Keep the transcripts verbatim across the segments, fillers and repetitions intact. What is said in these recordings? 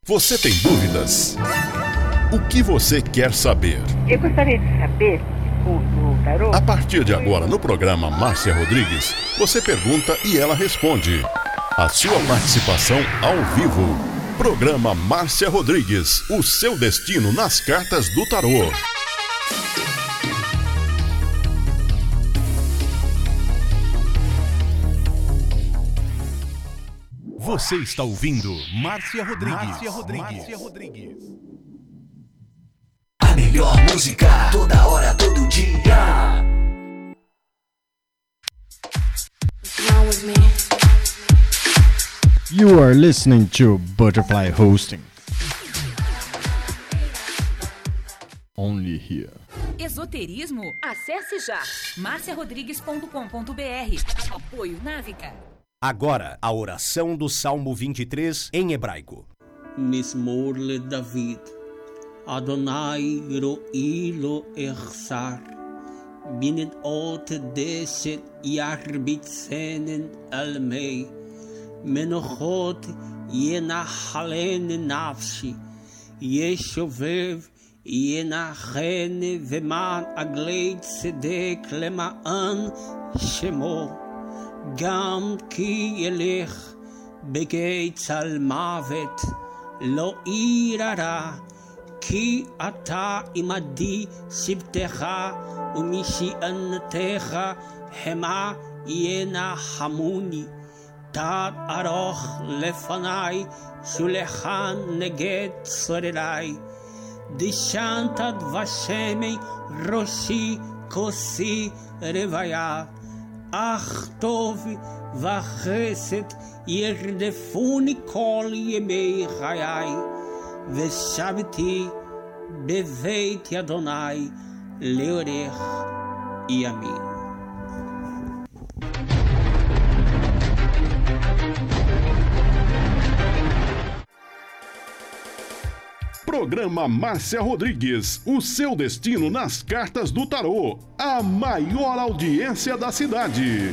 Você tem dúvidas? O que você quer saber? Eu gostaria de saber o, o tarô. A partir de agora, no programa Márcia Rodrigues, você pergunta e ela responde. A sua participação ao vivo. Programa Márcia Rodrigues, o seu destino nas cartas do tarô. Você está ouvindo Márcia Rodrigues. Márcia Rodrigues. Márcia Rodrigues. A melhor música, toda hora, todo dia. You are listening to Butterfly Hosting. Only here. Esoterismo? Acesse já marcia rodrigues ponto com ponto b r. Apoio Návica. Agora, a oração do Salmo vinte e três em hebraico. Mismor le David, Adonai ro'i lo echsar, binnen ot deset yarbitzenen almei, menochot yenachalen nafshi, yeshovev yenachen veman aglei tzedek lemaan shemo. גם כי ילך בגיא צל מוות לא ירא, כי אתה עמדי שבטך ומשענתך המה ינחמוני. תת ארוך לפני שולחן נגד צורריי, דשנת דבשמי ראשי כוסי רוויה. אך טוב וחסד ירדפוני כל ימי חיי, ושבתי בבית אדוני לאורך ימים. Programa Márcia Rodrigues, o seu destino nas cartas do tarô. A maior audiência da cidade.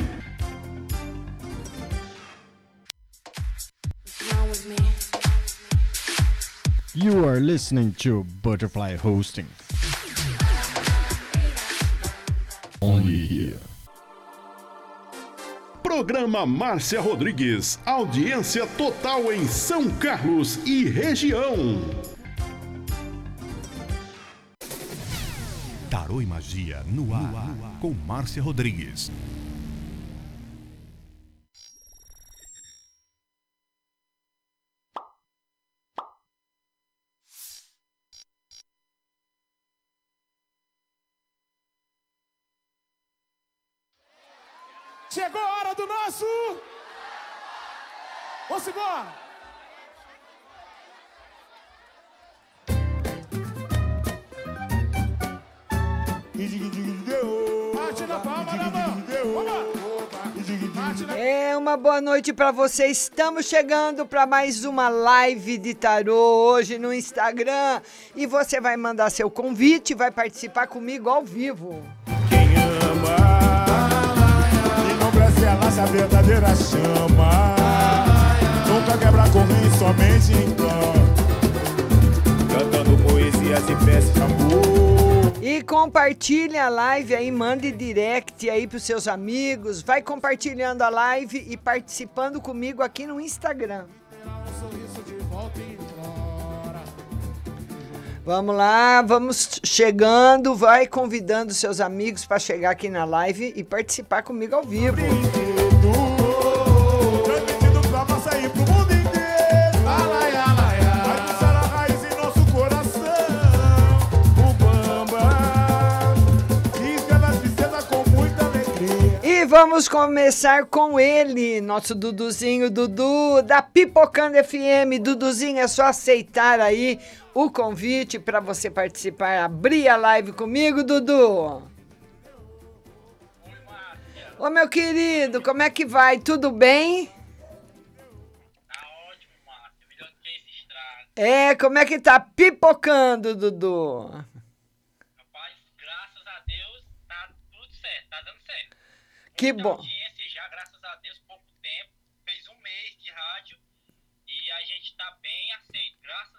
You are listening to Butterfly Hosting. Only here. Programa Márcia Rodrigues, audiência total em São Carlos e região. Tarô e Magia no ar, no ar, com Márcia Rodrigues. Chegou a hora do nosso... Vamos embora! É uma boa noite para você. Estamos chegando para mais uma live de tarô hoje no Instagram. E você vai mandar seu convite e vai participar comigo ao vivo. Quem ama e não presta a verdadeira chama, nunca quebra corrente somente em canto, cantando poesias e peças de amor. E compartilhe a live aí, mande direct aí pros seus amigos. Vai compartilhando a live e participando comigo aqui no Instagram. Vamos lá, vamos chegando. Vai convidando seus amigos para chegar aqui na live e participar comigo ao vivo. Transmitido pra massa e pro mundo inteiro. Vai puxar a raiz em nosso coração. E vamos começar com ele, nosso Duduzinho, Dudu, da Pipocando F M. Duduzinho, é só aceitar aí o convite para você participar, abrir a live comigo, Dudu. Oi, Márcia. Ô, meu querido, como é que vai? Tudo bem? Tá ótimo, Márcia. Melhor do que esse estrago. É, como é que tá pipocando, Dudu? Rapaz, graças a Deus, tá tudo certo, tá dando certo. Que Muita bom. audiência já, graças a Deus, pouco tempo. Fez um mês de rádio e a gente tá bem aceito, graças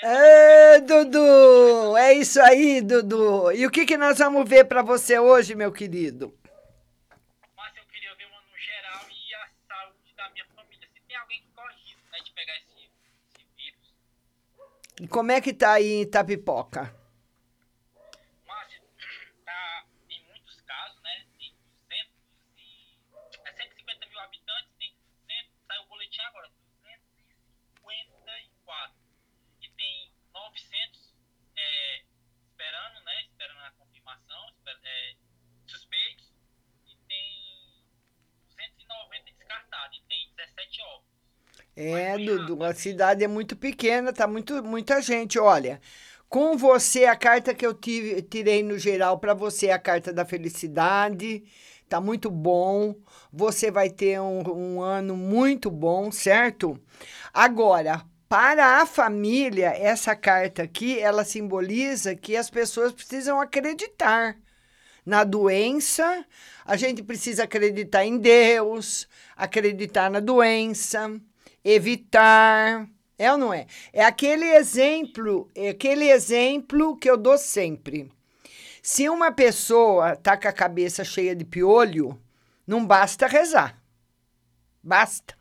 Ê, Dudu! É isso aí, Dudu. E o que, que nós vamos ver pra você hoje, meu querido? Mas eu queria ver uma no geral e a saúde da minha família. Se tem alguém que corre risco, né, de pegar esse, esse vírus. E como é que tá aí em Itapipoca? Márcia, tá em muitos casos, né? Tem duzentos e... É cento e cinquenta mil habitantes, tem duzentos, saiu o boletim agora, duzentos e cinquenta e quatro. E tem novecentos é, esperando, né? Esperando a confirmação, esper, é, suspeitos. E tem duzentos e noventa descartados. E tem dezessete óbitos. É, Dudu, a cidade é muito pequena, tá muito, muita gente. Olha, com você, a carta que eu tive, tirei no geral para você é a carta da felicidade. Tá muito bom. Você vai ter um, um ano muito bom, certo? Agora, para a família, essa carta aqui, ela simboliza que as pessoas precisam acreditar na doença. A gente precisa acreditar em Deus, acreditar na doença, evitar, é ou não é? É aquele exemplo, é aquele exemplo que eu dou sempre. Se uma pessoa tá com a cabeça cheia de piolho, não basta rezar. Basta.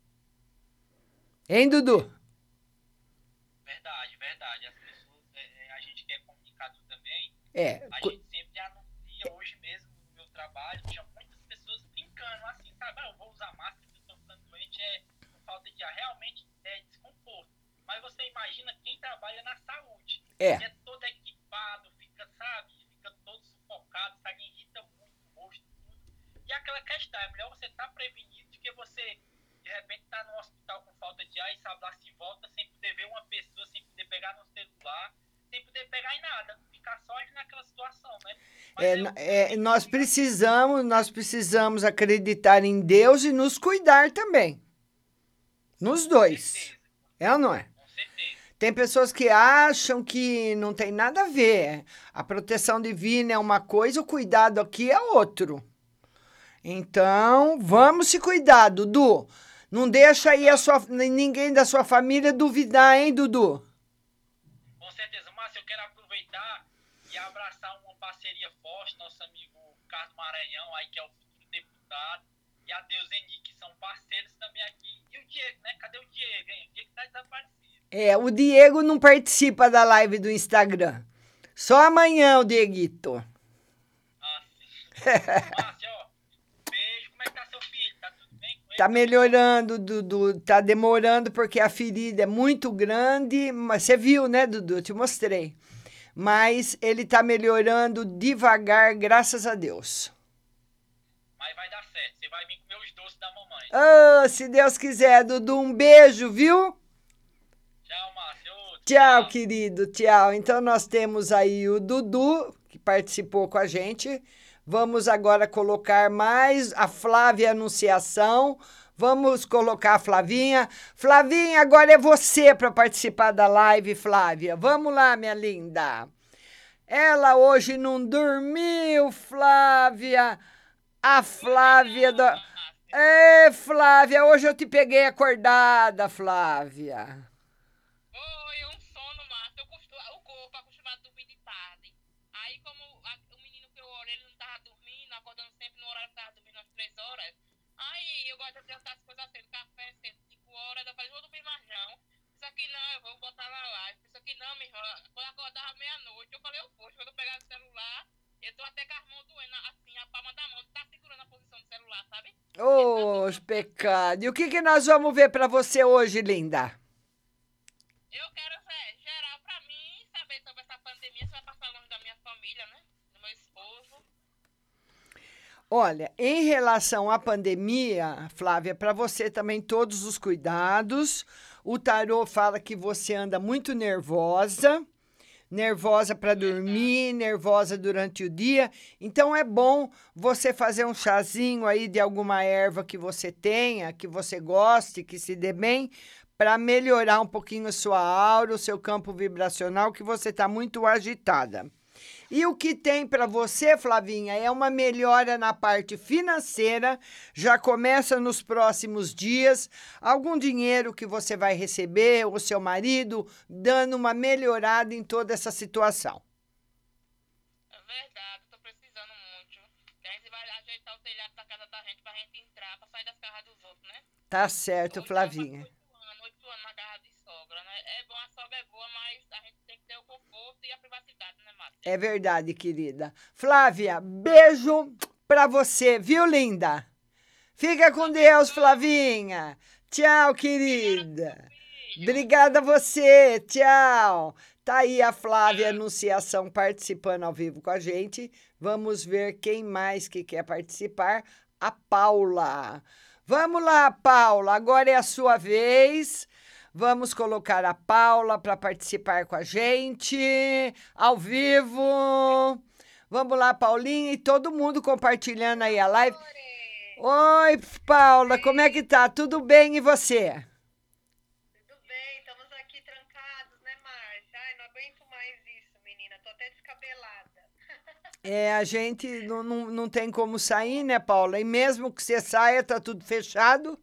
Hein, Dudu? Verdade, verdade. As pessoas, é, a gente que é comunicador também, É. a gente sempre anuncia hoje mesmo no meu trabalho, tinha muitas pessoas brincando assim, sabe? Ah, eu vou usar máscara, se eu estou ficando doente, é por falta de ar. Realmente é desconforto. Mas você imagina quem trabalha na saúde. É. Que é todo equipado, fica, sabe? Fica todo sufocado, sabe? Irrita muito o rosto, tudo. E aquela questão, é melhor você estar prevenido do que você, de repente, estar tá no hospital com falta de ar e sabe lá se volta sem poder ver uma pessoa, sem poder pegar no celular, sem poder pegar em nada. Ficar só ali naquela situação, né? Mas É, eu- é, nós precisamos, nós precisamos acreditar em Deus e nos cuidar também. Nos dois. É ou não é? Com certeza. Tem pessoas que acham que não tem nada a ver. A proteção divina é uma coisa, o cuidado aqui é outro. Então, vamos se cuidar, Dudu. Não deixa aí a sua, ninguém da sua família duvidar, hein, Dudu? Com certeza. Márcio, eu quero aproveitar e abraçar uma parceria forte, nosso amigo Carlos Maranhão, aí, que é o futuro deputado, e a Deuseni, que são parceiros também aqui. E o Diego, né? Cadê o Diego, hein? O Diego tá desaparecido. É, o Diego não participa da live do Instagram. Só amanhã, o Dieguito. Ah, sim. Márcio, ó, beijo. Como é que tá seu filho? Tá tudo bem com ele? Tá melhorando, Dudu. Tá demorando porque a ferida é muito grande. Mas você viu, né, Dudu? Eu te mostrei. Mas ele tá melhorando devagar, graças a Deus. Mas vai dar certo. Você vai vir comer os doces da mamãe. Ah, se Deus quiser, Dudu, um beijo, viu? Tchau, Márcio. Tchau, querido, tchau. Então, nós temos aí o Dudu, que participou com a gente. Vamos agora colocar mais a Flávia Anunciação. Vamos colocar a Flavinha. Flavinha, agora é você para participar da live, Flávia. Vamos lá, minha linda. Ela hoje não dormiu, Flávia. A Flávia do... Ê, Flávia, hoje eu te peguei acordada, Flávia. Foi um sono, Márcio. Eu costu... O corpo acostumado a dormir de tarde. Aí, como a... o menino que eu olhei, ele não tava dormindo, acordando sempre no horário que tava dormindo às três horas. Aí, eu gosto de adiantar as coisas cedo, café cedo, cinco horas. Eu falei, vou dormir mais não. Isso aqui não, eu vou botar na live. Isso aqui não, minha irmã. Quando eu acordava meia-noite, eu falei, eu poxa, quando eu pegar o celular, eu tô até com as mãos doendo, assim, a palma da mão, tá segurando a posição do celular, sabe? Ô, oh, pecado. E o que, que nós vamos ver para você hoje, linda? Eu quero ver, geral, pra mim, saber sobre essa pandemia, se vai passar longe da minha família, né? Do meu esposo. Olha, em relação à pandemia, Flávia, para você também todos os cuidados. O tarô fala que você anda muito nervosa, nervosa para dormir, nervosa durante o dia. Então é bom você fazer um chazinho aí de alguma erva que você tenha, que você goste, que se dê bem, para melhorar um pouquinho a sua aura, o seu campo vibracional, que você está muito agitada. E o que tem para você, Flavinha, é uma melhora na parte financeira. Já começa nos próximos dias. Algum dinheiro que você vai receber, o seu marido, dando uma melhorada em toda essa situação. É verdade, tô precisando muito. A gente vai ajeitar o telhado da casa da gente pra gente entrar, pra sair das casas dos outros, né? Tá certo, Flavinha. Oito anos na casa de sogra, né? É bom, a sogra é boa, mas a gente tem que ter o conforto e a privacidade, né, Márcia? É verdade, querida. Flávia, beijo pra você, viu, linda? Fica com Deus, Flavinha. Tchau, querida. Obrigada a você. Tchau. Tá aí a Flávia Anunciação participando ao vivo com a gente. Vamos ver quem mais que quer participar. A Paula. Vamos lá, Paula. Agora é a sua vez. Vamos colocar a Paula para participar com a gente ao vivo. Vamos lá, Paulinha, e todo mundo compartilhando aí a live. Oi, Paula, como é que tá? Tudo bem, e você? Tudo bem, estamos aqui trancados, né, Márcia? Ai, não aguento mais isso, menina, tô até descabelada. É, a gente não, não, não tem como sair, né, Paula? E mesmo que você saia, tá tudo fechado?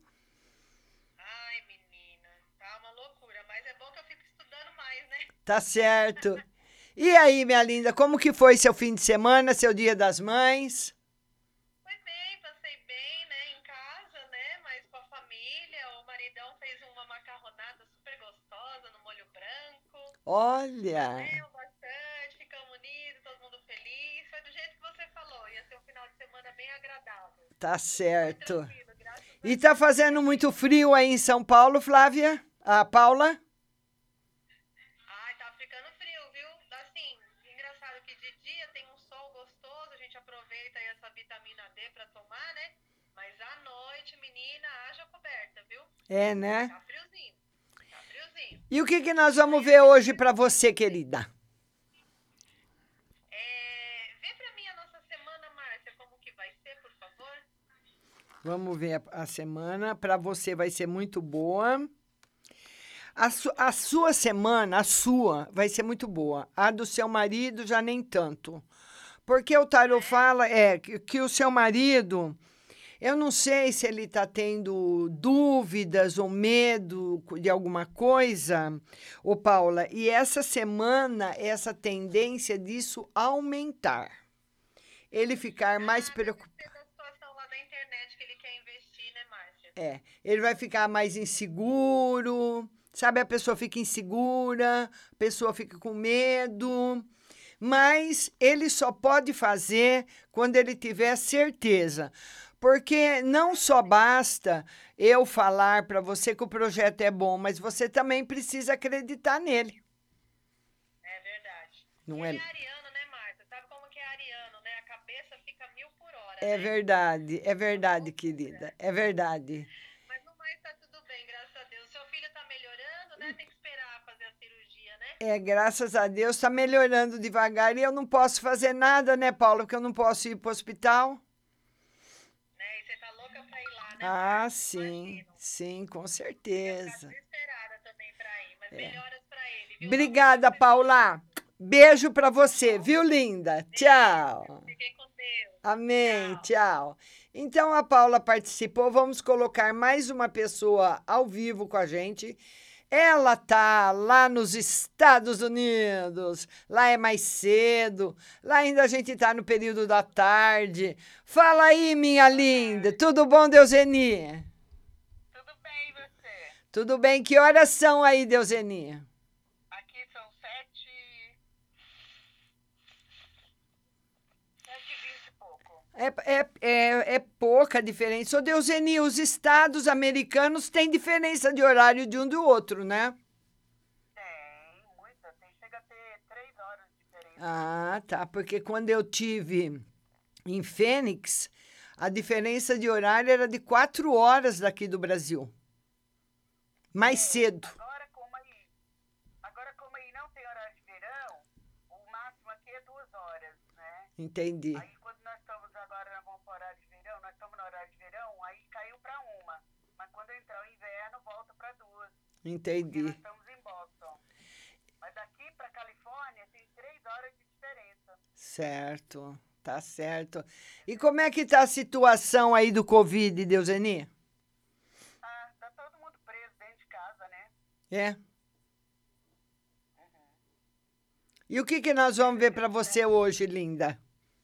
Ai, menina, tá uma loucura, mas é bom que eu fico estudando mais, né? Tá certo. E aí, minha linda, como que foi seu fim de semana, seu Dia das Mães? Foi bem, passei bem, né, em casa, né, mas com a família. O maridão fez uma macarronada super gostosa no molho branco. Olha! Comeu bastante, ficamos unidos, todo mundo feliz. Foi do jeito que você falou, ia ser um final de semana bem agradável. Tá certo. E tá fazendo muito frio aí em São Paulo, Flávia? A Paula? Ai, tá ficando frio, viu? Assim, engraçado que de dia tem um sol gostoso, a gente aproveita aí essa vitamina D pra tomar, né? Mas à noite, menina, haja coberta, viu? É, né? Tá friozinho, tá friozinho. E o que que nós vamos ver hoje pra você, querida? É, vê pra mim a nossa semana, Márcia, como que vai ser, por favor? Vamos ver a, a semana. Pra você vai ser muito boa. A, su, a sua semana, a sua, vai ser muito boa. A do seu marido já nem tanto. Porque o tarô fala é, que, que o seu marido, eu não sei se ele está tendo dúvidas ou medo de alguma coisa, ô Paula, e essa semana, essa tendência disso aumentar. Ele ficar mais preocupado. A situação lá da internet que ele quer investir, né, Márcia? É, ele vai ficar mais inseguro, sabe? A pessoa fica insegura, a pessoa fica com medo, mas ele só pode fazer quando ele tiver certeza. Porque não só basta eu falar para você que o projeto é bom, mas você também precisa acreditar nele. É verdade. Não ele é? é ariano, né, Márcia? Sabe como que é ariano, né? A cabeça fica mil por hora, É né? verdade, é verdade, querida, é verdade. Mas no mais tá tudo bem, graças a Deus. Seu filho tá melhorando, né? Tem que esperar fazer a cirurgia, né? É, graças a Deus está melhorando devagar e eu não posso fazer nada, né, Paula? Porque eu não posso ir para o hospital. Né? E você tá louca pra ir lá, né? Ah, Márcia? sim, Imagino. sim, com Eu ia certeza. ficar desesperada também pra ir, mas melhoras pra ele, viu? Obrigada, Paula. Beijo para você, viu, linda? Tchau. Fiquem com Deus. Amém, tchau. Então a Paula participou, vamos colocar mais uma pessoa ao vivo com a gente. Ela tá lá nos Estados Unidos, lá é mais cedo, lá ainda a gente tá no período da tarde. Fala aí, minha linda, tudo bom, Deuseni? Tudo bem, e você? Tudo bem, que horas são aí, Deuseni? Aqui são sete... Sete e vinte e pouco. É, é, é, é pouca diferença. Ô, Deuseni, os estados americanos têm diferença de horário de um do outro, né? Tem, muita. Tem, chega a ter três horas de diferença. Ah, tá. Porque quando eu tive em Fênix, a diferença de horário era de quatro horas daqui do Brasil. Mais cedo. Agora como, aí, agora, como aí não tem horário de verão, o máximo aqui é duas horas, né? Entendi. Aí quando nós estamos agora, nós vamos para o horário de verão, nós estamos no horário de verão, aí caiu para uma. Mas quando entrar o inverno, volta para duas. Entendi. Nós estamos em Boston. Mas daqui para Califórnia tem três horas de diferença. Certo, tá certo. E como é que tá a situação aí do Covid, Deuseni? Ah, tá todo mundo preso dentro de casa, né? É. E o que que nós vamos ver para você hoje, linda?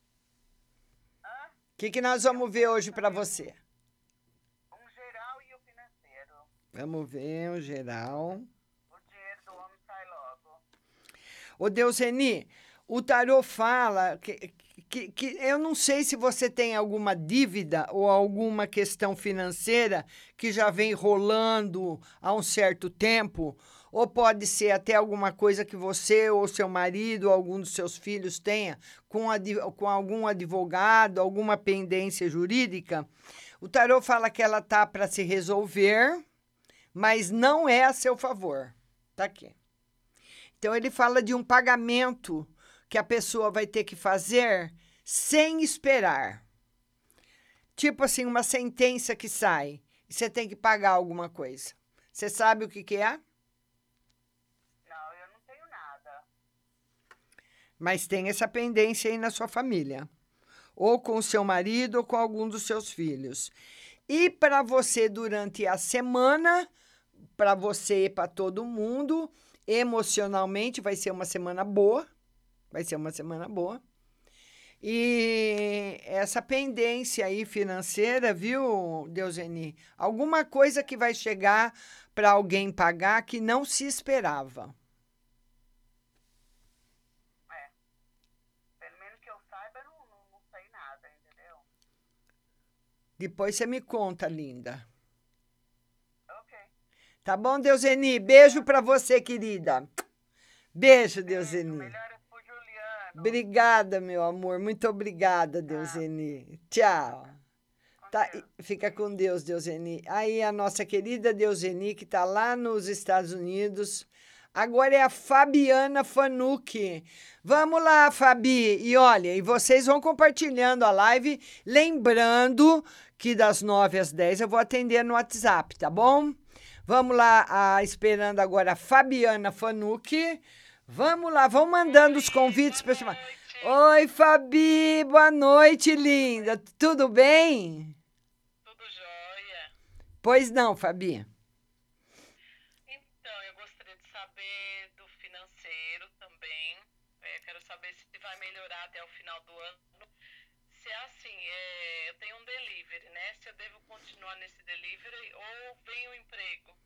O que que nós vamos ver hoje para você? Um geral e o financeiro. Vamos ver o geral. O dinheiro do homem sai logo. Ô, Deuseni, o tarô fala que, que, que eu não sei se você tem alguma dívida ou alguma questão financeira que já vem rolando há um certo tempo, ou pode ser até alguma coisa que você ou seu marido ou algum dos seus filhos tenha com, ad, com algum advogado, alguma pendência jurídica. O tarô fala que ela tá para se resolver, mas não é a seu favor. Tá aqui. Então, ele fala de um pagamento que a pessoa vai ter que fazer sem esperar. Tipo assim, uma sentença que sai e você tem que pagar alguma coisa. Você sabe o que que é? Mas tem essa pendência aí na sua família. Ou com o seu marido ou com algum dos seus filhos. E para você, durante a semana, para você e para todo mundo, emocionalmente, vai ser uma semana boa. Vai ser uma semana boa. E essa pendência aí financeira, viu, Deuseni? Alguma coisa que vai chegar para alguém pagar que não se esperava. Depois você me conta, linda. Ok. Tá bom, Deuseni? Beijo pra você, querida. Beijo, Deuseni. Melhoras pro Juliano. Obrigada, meu amor. Muito obrigada, Deuseni. Tchau. Tá, fica com Deus, Deuseni. Aí a nossa querida Deuseni, que tá lá nos Estados Unidos. Agora é a Fabiana Fanucchi. Vamos lá, Fabi. E olha, e vocês vão compartilhando a live, lembrando que das nove às dez eu vou atender no WhatsApp, tá bom? Vamos lá, a, esperando agora a Fabiana Fanucchi. Vamos lá, vão mandando os convites para chamar. Oi, Fabi, boa noite, linda. Tudo bem? Tudo jóia. Pois não, Fabi. Então, eu gostaria de saber do financeiro também. É, quero saber se vai melhorar até o final do ano. Se é assim, é, eu tenho um delivery, né? Se eu devo continuar nesse delivery ou vem o emprego.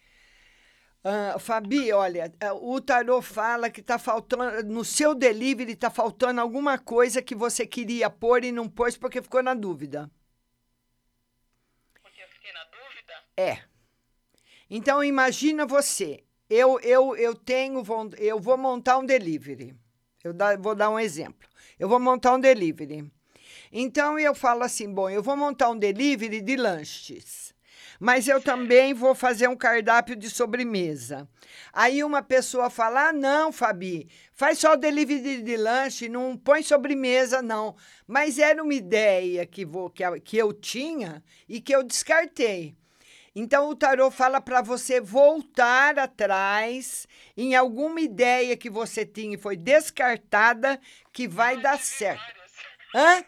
Uh, Fabi, olha, o tarô fala que tá faltando, no seu delivery tá faltando alguma coisa que você queria pôr e não pôs porque ficou na dúvida. Porque eu fiquei na dúvida? É. Então, imagina você, eu, eu, eu tenho, eu vou montar um delivery. Eu dá, vou dar um exemplo. Eu vou montar um delivery. Então, eu falo assim, bom, eu vou montar um delivery de lanches. Mas eu também vou fazer um cardápio de sobremesa. Aí uma pessoa fala, ah, não, Fabi, faz só o delivery de lanche, não põe sobremesa, não. Mas era uma ideia que, vou, que, que eu tinha e que eu descartei. Então, o tarô fala para você voltar atrás em alguma ideia que você tinha e foi descartada que vai eu dar tive certo. Várias. Hã?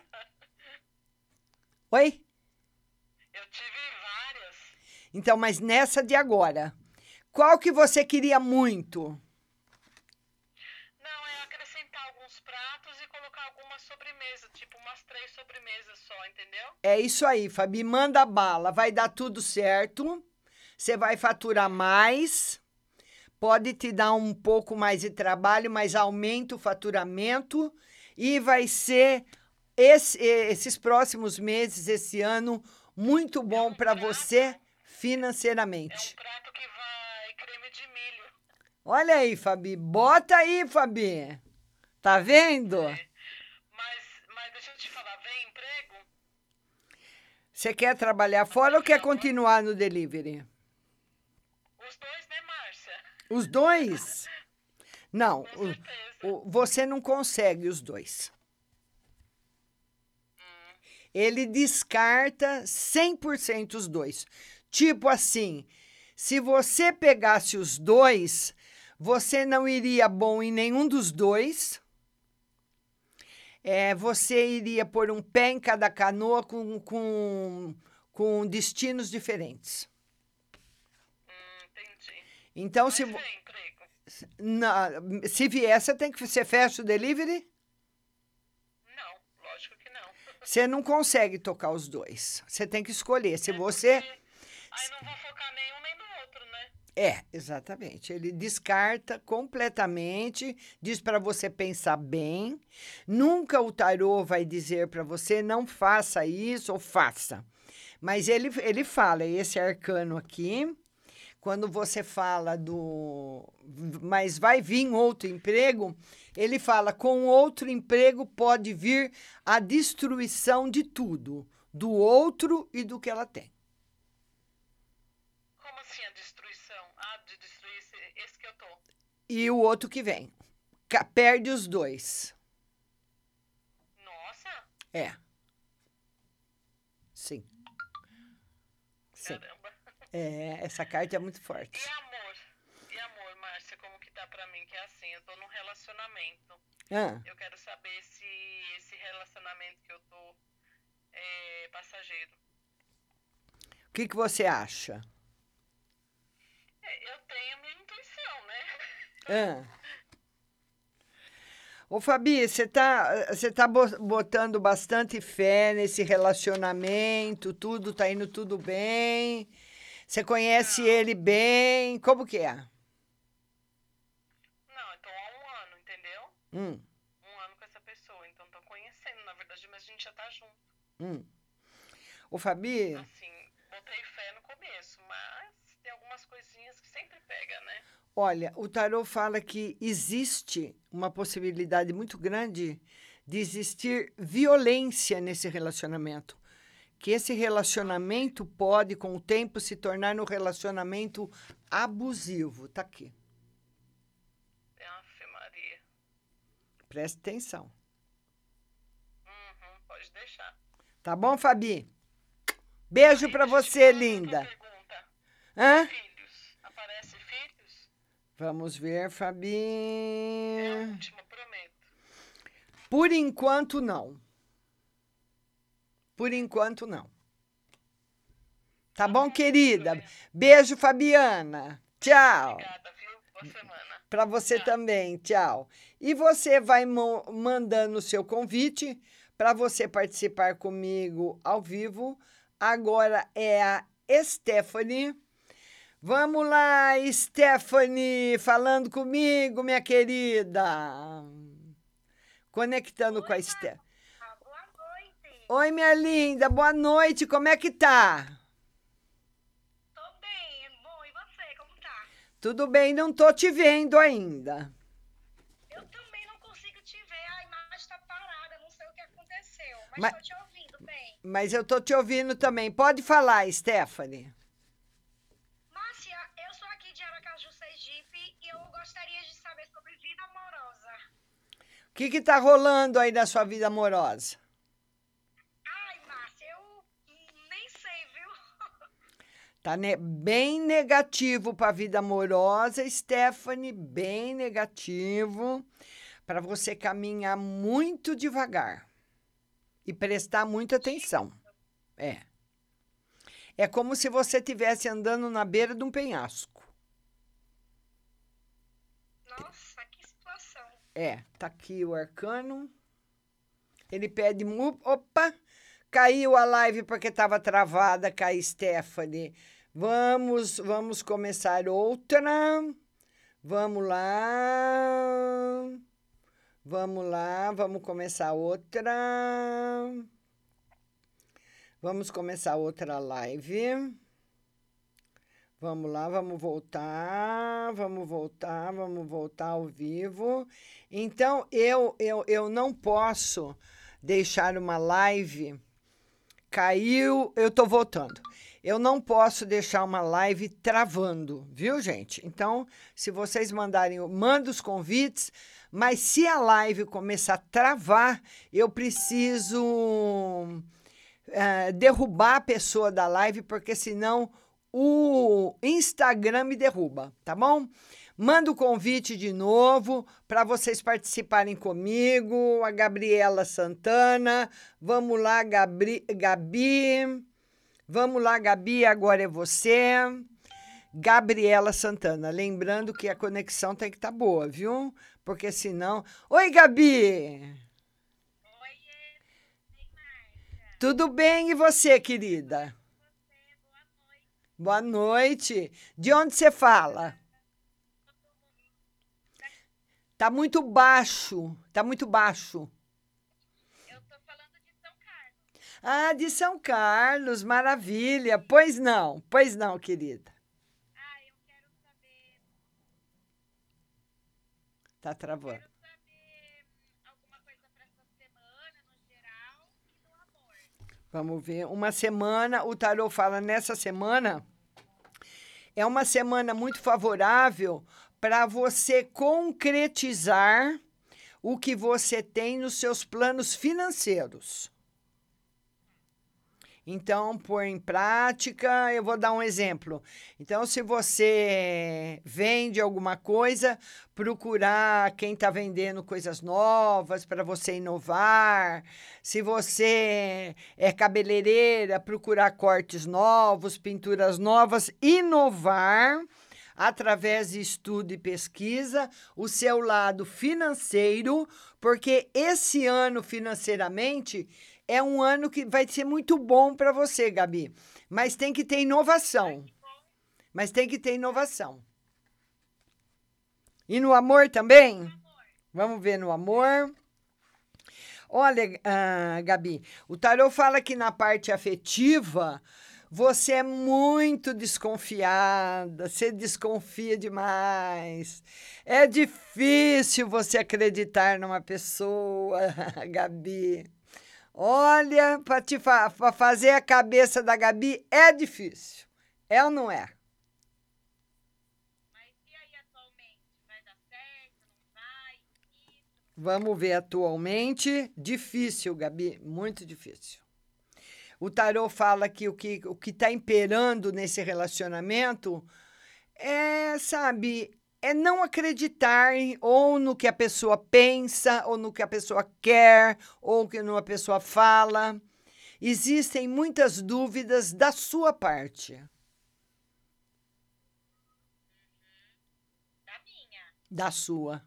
Oi? Eu tive várias. Então, mas nessa de agora, qual que você queria muito? Não, é acrescentar alguns pratos e colocar alguma sobremesa, tipo umas três sobremesas só, entendeu? É isso aí, Fabi, manda bala, vai dar tudo certo, você vai faturar mais, pode te dar um pouco mais de trabalho, mas aumenta o faturamento e vai ser esse, esses próximos meses, esse ano, muito bom é um para você financeiramente. É um prato que vai creme de milho. Olha aí, Fabi, bota aí, Fabi, tá vendo? É. Mas, mas deixa eu te falar, vem emprego? Você quer trabalhar fora ou quer continuar no delivery? Os dois, né, Márcia? Os dois? Não, Com certeza. o, o, você não consegue os dois. Hum. Ele descarta cem por cento os dois. Tipo assim, se você pegasse os dois, você não iria bom em nenhum dos dois. É, você iria pôr um pé em cada canoa com, com, com destinos diferentes. Hum, entendi. Então, Mas se, vem vo- emprego. na, se vier, você tem que você fecha o delivery? Não, lógico que não. Você não consegue tocar os dois. Você tem que escolher. Se É você. porque aí não vou focar nenhum nem no outro, né? É, exatamente. Ele descarta completamente, diz para você pensar bem. Nunca o tarô vai dizer para você não faça isso ou faça. Mas ele, ele fala, esse arcano aqui, quando você fala do. Mas vai vir outro emprego, ele fala: com outro emprego pode vir a destruição de tudo, do outro e do que ela tem. Como assim a destruição? Ah, de destruir esse, esse que eu tô. E o outro que vem. Ca- Perde os dois. Nossa, É. Sim. Sim. caramba. É, essa carta é muito forte. E amor? E amor, Márcia, como que tá pra mim? Que é assim, eu tô num relacionamento. Ah, Eu quero saber se esse relacionamento que eu tô é passageiro. o que, que você acha? É, eu tenho a minha intuição, né? Ah. Ô, Fabi, você tá, você tá bo- botando bastante fé nesse relacionamento, tudo tá indo tudo bem. Você conhece ele bem, como que é? Não, eu tô há um ano, entendeu? Hum, Um ano com essa pessoa, então tô conhecendo, na verdade, mas a gente já tá junto. hum. Ô, Fabi, Assim, botei fé no começo, mas tem algumas coisinhas que sempre pega, né? olha, o tarô fala que existe uma possibilidade muito grande de existir violência nesse relacionamento. Que esse relacionamento pode, com o tempo, se tornar um relacionamento abusivo. Tá aqui. Ave Maria. Preste atenção. Uhum, pode deixar. Tá bom, Fabi? Beijo pra você, linda. Pergunta. Hã? Filhos. Aparece filhos? Vamos ver, Fabi. É a última, prometo. Por enquanto, não. Por enquanto, não. Tá bom, querida? Beijo, Fabiana. Tchau. Obrigada, viu? Boa semana. Para você também, tchau. E você vai mo- mandando o seu convite para você participar comigo ao vivo. Agora é a Stephanie. Vamos lá, Stephanie, falando comigo, minha querida. Conectando com a Stephanie. Boa noite. Oi, minha linda, boa noite, como é que tá? Tô bem, bom, e você, como tá? Tudo bem, não tô te vendo ainda. Eu também não consigo te ver, a imagem tá parada, não sei o que aconteceu, mas, Mas- tô te ouvindo bem. Mas eu tô te ouvindo também. Pode falar, Stephanie. Márcia, eu sou aqui de Aracaju, Sergipe, e eu gostaria de saber sobre vida amorosa. O que que tá rolando aí na sua vida amorosa? Ai, Márcia, eu nem sei, viu? Tá ne- bem negativo para a vida amorosa, Stephanie, bem negativo, para você caminhar muito devagar e prestar muita atenção. É. É como se você estivesse andando na beira de um penhasco. Nossa, que situação. É, tá aqui o arcano. Ele pede... mu- Opa! Caiu a live porque estava travada com a Stephanie. Vamos, vamos começar outra. Vamos lá. Vamos lá, vamos começar outra. Vamos começar outra live. Vamos lá, vamos voltar, vamos voltar, vamos voltar ao vivo. Então, eu, eu, eu não posso deixar uma live... Caiu, eu tô voltando. Eu não posso deixar uma live travando, viu, gente? Então, se vocês mandarem, manda os convites, mas se a live começar a travar, eu preciso eh, derrubar a pessoa da live, porque senão o Instagram me derruba, tá bom? Manda o convite de novo para vocês participarem comigo. A Gabriela Santana. Vamos lá, Gabri, Gabi. Vamos lá, Gabi, agora é você. Gabriela Santana. Lembrando que a conexão tem que estar boa, viu? Porque senão... Oi, Gabi! Tudo bem, e você, querida? Boa noite. De onde você fala? Tá muito baixo. Tá muito baixo. Eu tô falando de São Carlos. Ah, de São Carlos. Maravilha. Pois não. Pois não, querida. Ah, eu quero saber... Tá travando. Quero saber alguma coisa pra essa semana, no geral, e do amor. Vamos ver. Uma semana, o tarô fala nessa semana, é uma semana muito favorável para você concretizar o que você tem nos seus planos financeiros. Então, pôr em prática, eu vou dar um exemplo. Então, se você vende alguma coisa, procurar quem está vendendo coisas novas para você inovar. Se você é cabeleireira, procurar cortes novos, pinturas novas, inovar através de estudo e pesquisa o seu lado financeiro, porque esse ano financeiramente é um ano que vai ser muito bom para você, Gabi. Mas tem que ter inovação. Mas tem que ter inovação. E no amor também? Vamos ver no amor. Olha, ah, Gabi, o tarô fala que na parte afetiva você é muito desconfiada, você desconfia demais. É difícil você acreditar numa pessoa, Gabi. Olha, para te fa pra fazer a cabeça da Gabi é difícil. É ou não é? Mas e aí atualmente? Vai dar certo? Não vai? Isso? Vamos ver atualmente. Difícil, Gabi, muito difícil. O tarô fala que o que o que está imperando nesse relacionamento é, sabe, é não acreditar em, ou no que a pessoa pensa, ou no que a pessoa quer, ou que a pessoa fala. Existem muitas dúvidas da sua parte. Uhum. Da minha. Da sua.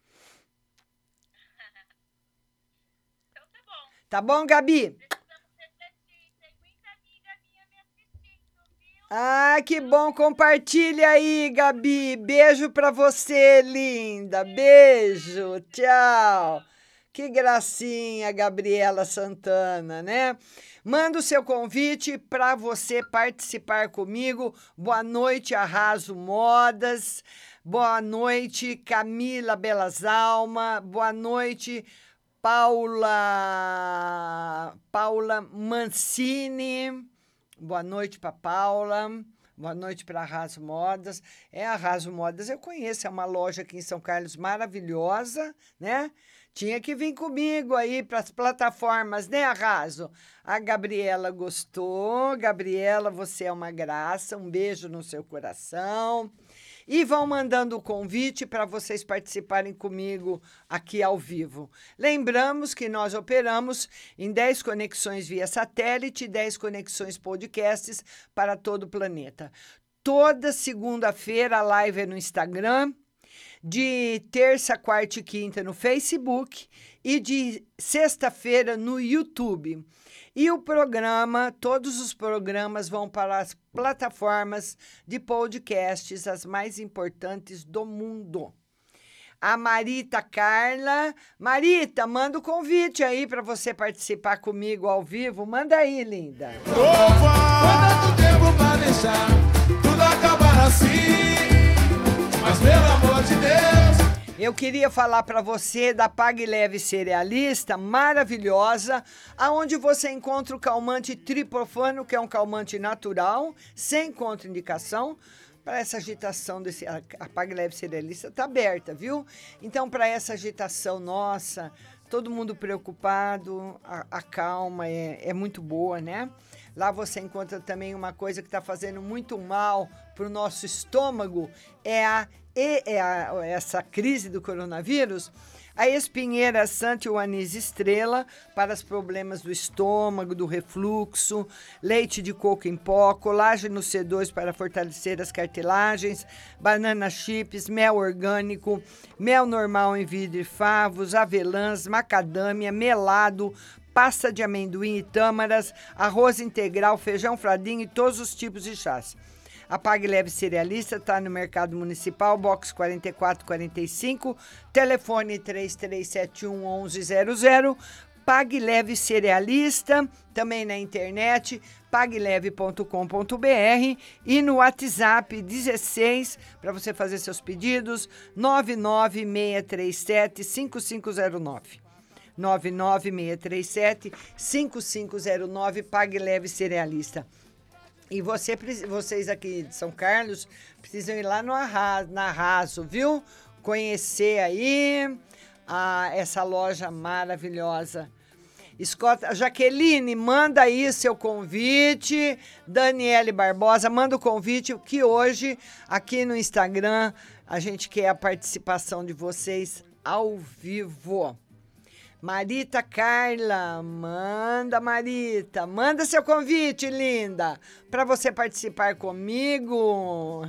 Então tá bom. Tá bom, Gabi? Precisamos refletir. Tem muita amiga minha me assistindo, viu? Ah, que bom. Compartilha aí, Gabi. Beijo pra você, linda. Beijo. Tchau. Que gracinha, Gabriela Santana, né? Manda o seu convite para você participar comigo. Boa noite, Arraso Modas. Boa noite, Camila Belas Alma. Boa noite, Paula, Paula Mancini. Boa noite para Paula. Boa noite para Arraso Modas. É, Arraso Modas eu conheço, é uma loja aqui em São Carlos maravilhosa, né? Tinha que vir comigo aí para as plataformas, né, Arraso? A Gabriela gostou. Gabriela, você é uma graça. Um beijo no seu coração. E vão mandando o convite para vocês participarem comigo aqui ao vivo. Lembramos que nós operamos em dez conexões via satélite e dez conexões podcasts para todo o planeta. Toda segunda-feira a live é no Instagram, de terça, quarta e quinta no Facebook e de sexta-feira no YouTube. E o programa, todos os programas vão para as plataformas de podcasts, as mais importantes do mundo. A Marita Carla. Marita, manda o convite aí para você participar comigo ao vivo. Manda aí, linda. Quanto tempo pra deixar tudo acabar assim? Mas pelo amor de Deus. Eu queria falar para você da Pague Leve Cerealista, maravilhosa, aonde você encontra o calmante tripofano, que é um calmante natural, sem contraindicação. Para essa agitação desse, a, a Pague Leve Cerealista está aberta, viu? Então, para essa agitação nossa, todo mundo preocupado, a, a calma é, é muito boa, né? Lá você encontra também uma coisa que está fazendo muito mal para o nosso estômago, é, a, é a, essa crise do coronavírus. A espinheira Sante o anis estrela para os problemas do estômago, do refluxo, leite de coco em pó, colágeno C dois para fortalecer as cartilagens, banana chips, mel orgânico, mel normal em vidro e favos, avelãs, macadâmia, melado, pasta de amendoim e tâmaras, arroz integral, feijão fradinho e todos os tipos de chás. A Pague Leve Cerealista está no Mercado Municipal, box quarenta e quatro quarenta e cinco, telefone três três sete um, onze zero zero. Pague Leve Cerealista, também na internet, pague leve ponto com ponto b r e no WhatsApp dezesseis, para você fazer seus pedidos, nove nove seis três sete, cinco cinco zero nove. nove nove seis três sete, cinco cinco zero nove, Pague Leve Cerealista. E você, vocês aqui de São Carlos precisam ir lá no Arraso, na Arraso, viu? Conhecer aí a, essa loja maravilhosa. Escota, Jaqueline, manda aí seu convite. Daniele Barbosa, manda o convite, que hoje, aqui no Instagram, a gente quer a participação de vocês ao vivo. Marita Carla, manda Marita, manda seu convite, linda, para você participar comigo.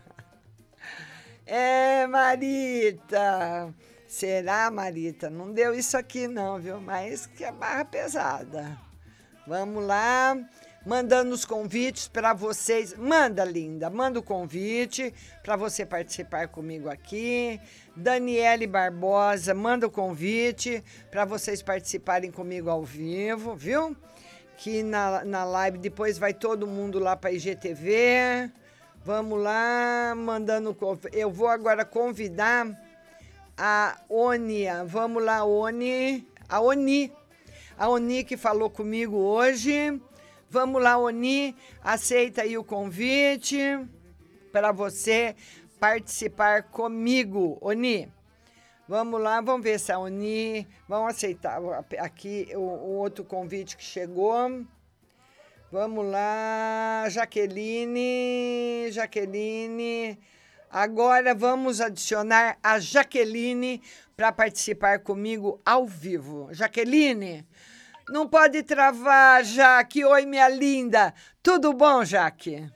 É, Marita, será, Marita? Não deu isso aqui não, viu? Mas que é barra pesada. Vamos lá, mandando os convites para vocês. Manda, linda, manda o convite para você participar comigo aqui. Daniele Barbosa, manda o convite para vocês participarem comigo ao vivo, viu? Que na, na live depois vai todo mundo lá para I G T V. Vamos lá, mandando... Eu vou agora convidar a Onia. Vamos lá, Oni. A Oni. A Oni que falou comigo hoje. Vamos lá, Oni. Aceita aí o convite para você participar comigo, Oni. Vamos lá, vamos ver se a Oni... Vamos aceitar aqui o, o outro convite que chegou. Vamos lá, Jaqueline, Jaqueline. Agora vamos adicionar a Jaqueline para participar comigo ao vivo. Jaqueline, não pode travar, Jaque. Oi, minha linda. Tudo bom, Jaque?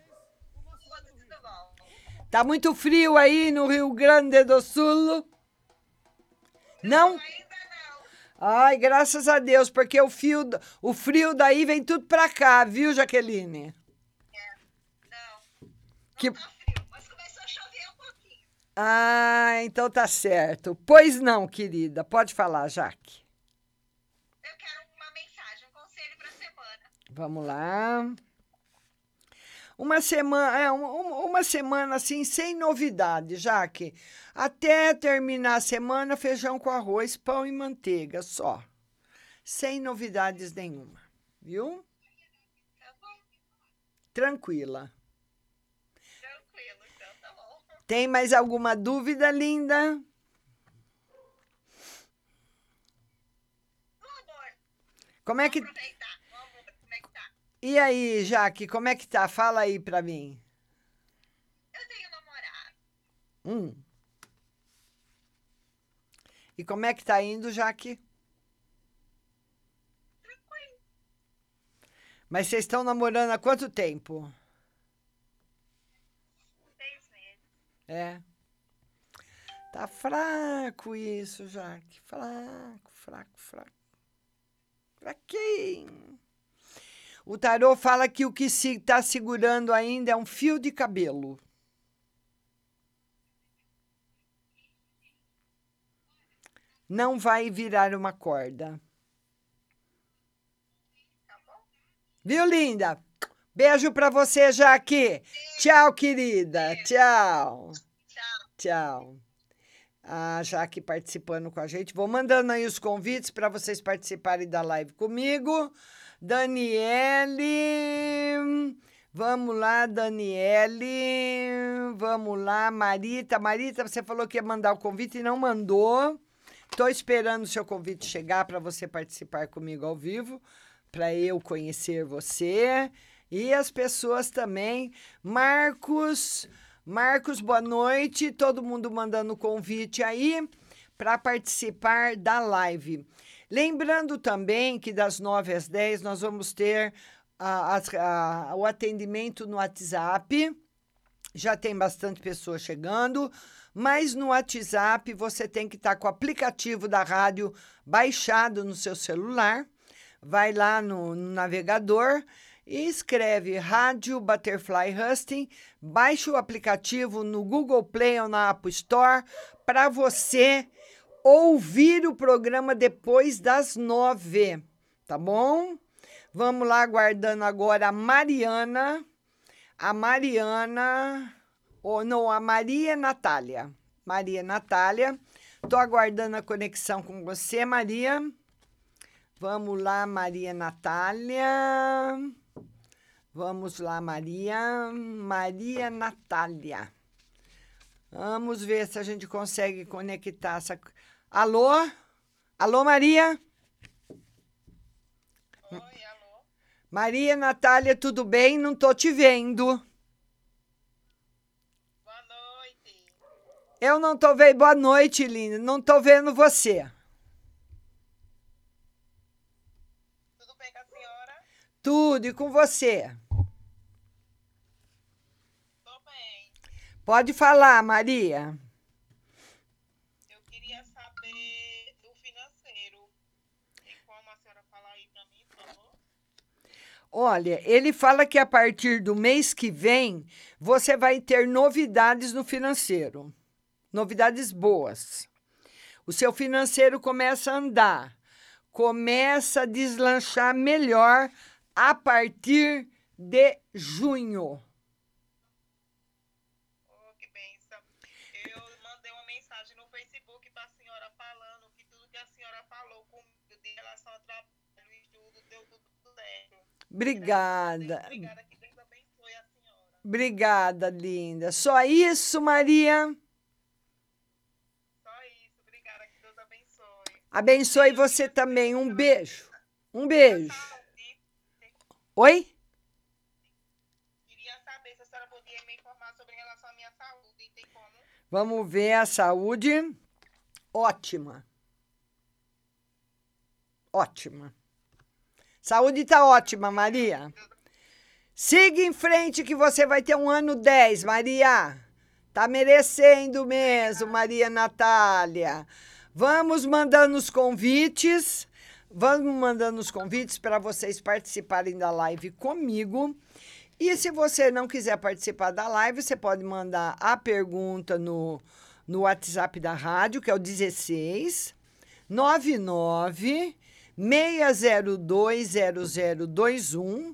Tá muito frio aí no Rio Grande do Sul? Não? Ai, graças a Deus, porque o, fio, o frio daí vem tudo pra cá, viu, Jaqueline? É, não. Não que... tá frio, mas começou a chover um pouquinho. Ah, então tá certo. Pois não, querida. Pode falar, Jaque. Eu quero uma mensagem, um conselho pra semana. Vamos lá. Uma semana, é, uma, uma semana assim, sem novidade, Jaque. Até terminar a semana, feijão com arroz, pão e manteiga, só. Sem novidades nenhuma, viu? Tá bom. Tranquila. Tranquilo, então tá bom. Tem mais alguma dúvida, linda? No amor. Como é que... Vamos aproveitar. E aí, Jaque, como é que tá? Fala aí pra mim. Eu tenho namorado. Hum. E como é que tá indo, Jaque? Tranquilo. Mas vocês estão namorando há quanto tempo? Seis meses. É. Tá fraco isso, Jaque. Fraco, fraco, fraco. Fraquinho. O tarô fala que o que se está segurando ainda é um fio de cabelo. Não vai virar uma corda. Tá bom. Viu, linda? Beijo pra você, Jaque. Tchau, querida. Tchau. Tchau. Tchau. A Jaque participando com a gente. Vou mandando aí os convites para vocês participarem da live comigo. Daniele, vamos lá, Daniele, vamos lá, Marita. Marita, você falou que ia mandar o convite e não mandou. Estou esperando o seu convite chegar para você participar comigo ao vivo. para eu conhecer você e as pessoas também. Marcos, Marcos, boa noite. Todo mundo mandando convite aí para participar da live. Lembrando também que das nove às dez nós vamos ter a, a, o atendimento no WhatsApp. Já tem bastante pessoas chegando, mas no WhatsApp você tem que estar com o aplicativo da rádio baixado no seu celular. Vai lá no, no navegador e escreve Rádio Butterfly Husting, baixe o aplicativo no Google Play ou na Apple Store para você ouvir o programa depois das nove, tá bom? Vamos lá, aguardando agora a Mariana, a Mariana, ou não, a Maria Natália, Maria Natália, tô aguardando a conexão com você, Maria. Vamos lá, Maria Natália. Vamos lá, Maria. Maria Natália. Vamos ver se a gente consegue conectar essa... Alô? Alô, Maria? Oi, alô? Maria Natália, tudo bem? Não tô te vendo. Boa noite. Eu não tô vendo... Boa noite, linda. Não tô vendo você. Tudo, e com você? Tô bem. Pode falar, Maria. Eu queria saber do financeiro. Tem como a senhora falar aí pra mim, por favor? Olha, ele fala que a partir do mês que vem, você vai ter novidades no financeiro. Novidades boas. O seu financeiro começa a andar. Começa a deslanchar melhor a partir de junho. Oh, que bênção. Eu mandei uma mensagem no Facebook para a senhora falando que tudo que a senhora falou comigo de relação ao trabalho e estudo deu tudo certo. Obrigada. Obrigada, que Deus abençoe a senhora. Obrigada, linda. Só isso, Maria? Só isso. Obrigada, que Deus abençoe. Abençoe você também. Um beijo. Um beijo. Oi? Queria saber se a senhora podia me informar sobre relação à minha saúde. Tem como? Vamos ver a saúde. Ótima. Ótima. Saúde tá ótima, Maria. Siga em frente que você vai ter um ano dez, Maria. Tá merecendo mesmo, Maria Natália. Vamos mandando os convites. Vamos mandando os convites para vocês participarem da live comigo. E se você não quiser participar da live, você pode mandar a pergunta no, no WhatsApp da rádio, que é o dezesseis nove nove seis zero dois zero zero dois um.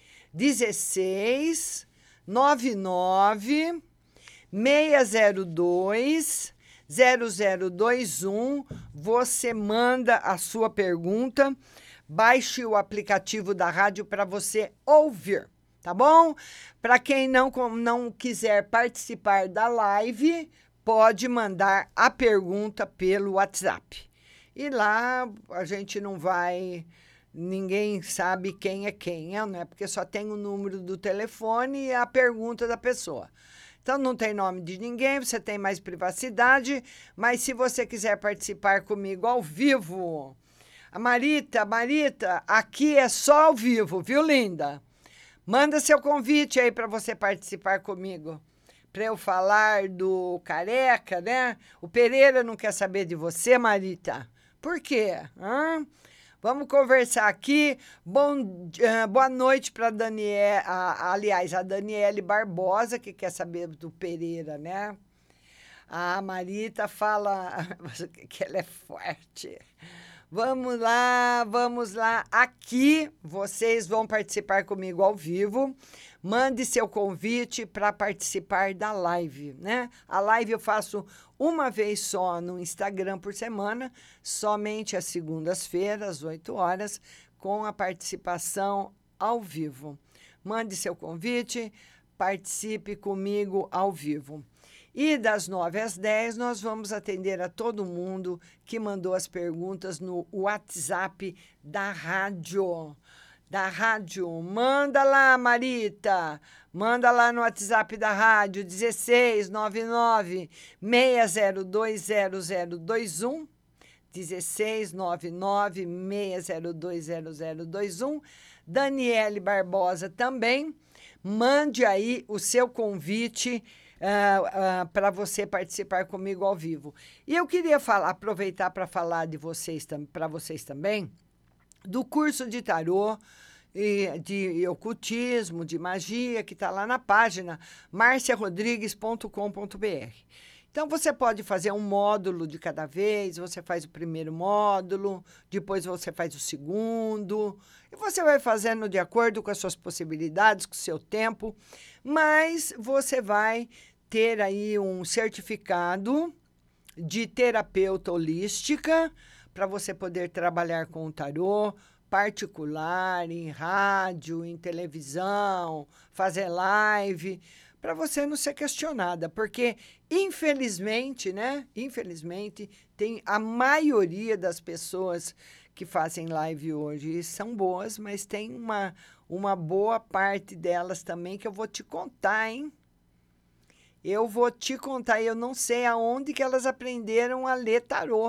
dezesseis nove nove seis zero dois zero zero dois um. Você manda a sua pergunta, baixe o aplicativo da rádio para você ouvir, tá bom? Para quem não, não quiser participar da live, pode mandar a pergunta pelo WhatsApp. E lá a gente não vai... Ninguém sabe quem é quem, né? Porque só tem o número do telefone e a pergunta da pessoa. Então, não tem nome de ninguém, você tem mais privacidade, mas se você quiser participar comigo ao vivo, a Marita, Marita, aqui é só ao vivo, viu, linda? Manda seu convite aí para você participar comigo, para eu falar do Careca, né? O Pereira não quer saber de você, Marita. Por quê? Hã? Vamos conversar aqui. Bom, uh, boa noite para a Daniela, aliás, a Daniele Barbosa, que quer saber do Pereira, né? A Marita fala que ela é forte. Vamos lá, vamos lá. Aqui vocês vão participar comigo ao vivo. Mande seu convite para participar da live, né? A live eu faço uma vez só no Instagram por semana, somente às segundas-feiras, às oito horas, com a participação ao vivo. Mande seu convite, participe comigo ao vivo. E das nove às dez, nós vamos atender a todo mundo que mandou as perguntas no WhatsApp da rádio. da rádio. Manda lá, Marita. Manda lá no WhatsApp da rádio, dezesseis nove nove, seis zero dois zero zero dois um. dezesseis nove nove, seis zero dois zero zero dois um. Daniele Barbosa também. Mande aí o seu convite uh, uh, para você participar comigo ao vivo. E eu queria falar, aproveitar para falar de vocês, para vocês também, do curso de tarô, e de ocultismo, de magia, que está lá na página marcia rodrigues ponto com ponto b r. Então, você pode fazer um módulo de cada vez, você faz o primeiro módulo, depois você faz o segundo, e você vai fazendo de acordo com as suas possibilidades, com o seu tempo, mas você vai ter aí um certificado de terapeuta holística para você poder trabalhar com o tarô, particular, em rádio, em televisão, fazer live, para você não ser questionada, porque, infelizmente, né? Infelizmente, tem a maioria das pessoas que fazem live hoje são boas, mas tem uma, uma boa parte delas também que eu vou te contar, hein? Eu vou te contar, eu não sei aonde que elas aprenderam a ler tarô.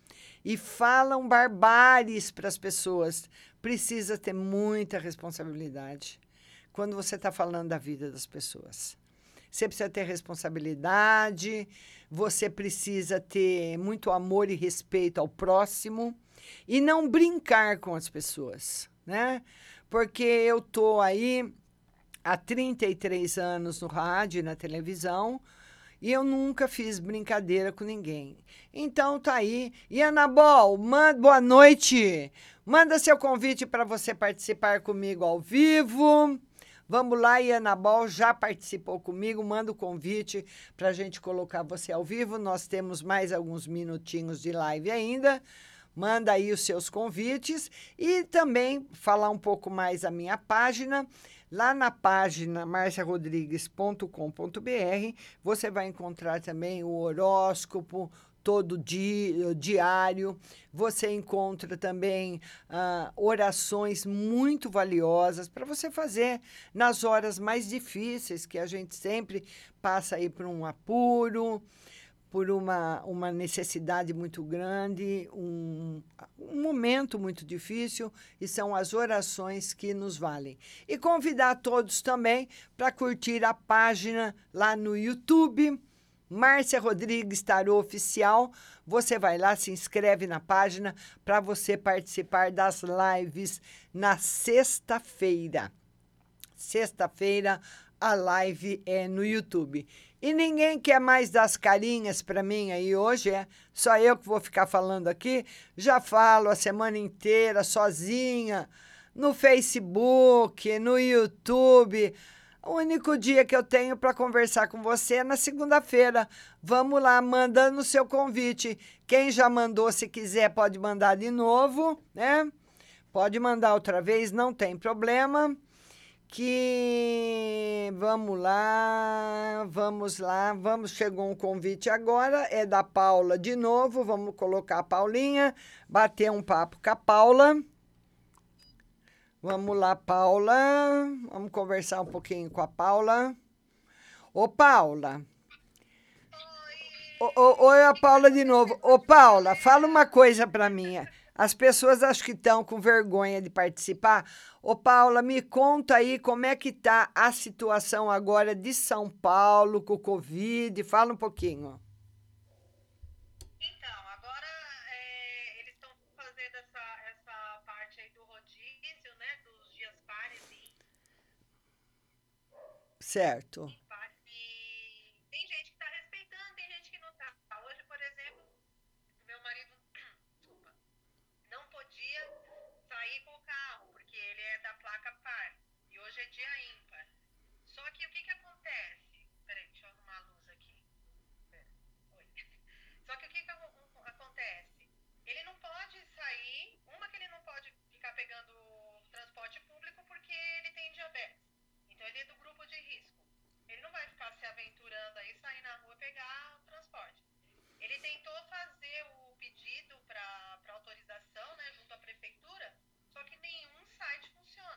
E falam barbáries para as pessoas. Precisa ter muita responsabilidade quando você está falando da vida das pessoas. Você precisa ter responsabilidade, você precisa ter muito amor e respeito ao próximo e não brincar com as pessoas, né? Porque eu estou aí há trinta e três anos no rádio e na televisão, e eu nunca fiz brincadeira com ninguém. Então, tá aí. E, Anabol, manda, boa noite. Manda seu convite para você participar comigo ao vivo. Vamos lá, e Anabol já participou comigo. Manda o convite para a gente colocar você ao vivo. Nós temos mais alguns minutinhos de live ainda. Manda aí os seus convites. E também falar um pouco mais a minha página. Lá na página marcia rodrigues ponto com ponto b r, você vai encontrar também o horóscopo todo dia, diário. Você encontra também ah, orações muito valiosas para você fazer nas horas mais difíceis, que a gente sempre passa aí por um apuro, por uma, uma necessidade muito grande, um, um momento muito difícil, e são as orações que nos valem. E convidar todos também para curtir a página lá no YouTube, Márcia Rodrigues Tarô Oficial. Você vai lá, se inscreve na página para você participar das lives na sexta-feira. Sexta-feira, a live é no YouTube. E ninguém quer mais dar as carinhas para mim aí hoje, é só eu que vou ficar falando aqui. Já falo a semana inteira, sozinha, no Facebook, no YouTube. O único dia que eu tenho para conversar com você é na segunda-feira. Vamos lá, mandando o seu convite. Quem já mandou, se quiser, pode mandar de novo, né? Pode mandar outra vez, não tem problema. Que vamos lá, vamos lá, vamos, chegou um convite agora, é da Paula de novo, vamos colocar a Paulinha, bater um papo com a Paula. Vamos lá, Paula, vamos conversar um pouquinho com a Paula. Ô, Paula. Oi. Ô, oi, a Paula de novo. Ô, Paula, fala uma coisa para mim. As pessoas acho que estão com vergonha de participar. Ô, Paula, me conta aí como é que tá a situação agora de São Paulo com o Covid. Fala um pouquinho. Então, agora é, eles estão fazendo essa, essa parte aí do rodízio, né? Dos dias pares e... Certo. E tem gente que tá respeitando, tem gente que não tá. Hoje, por exemplo, meu marido... não podia sair com o carro, porque ele é da placa par, e hoje é dia ímpar. Só que o que que acontece? Peraí, deixa eu arrumar a luz aqui. Pera. Oi. Só que o que que acontece? Ele não pode sair, uma que ele não pode ficar pegando transporte público porque ele tem diabetes. Então ele é do grupo de risco. Ele não vai ficar se aventurando aí, sair na rua e pegar o transporte. Ele tentou fazer o pedido para autorização, né, junto à prefeitura, só que nenhum site funciona.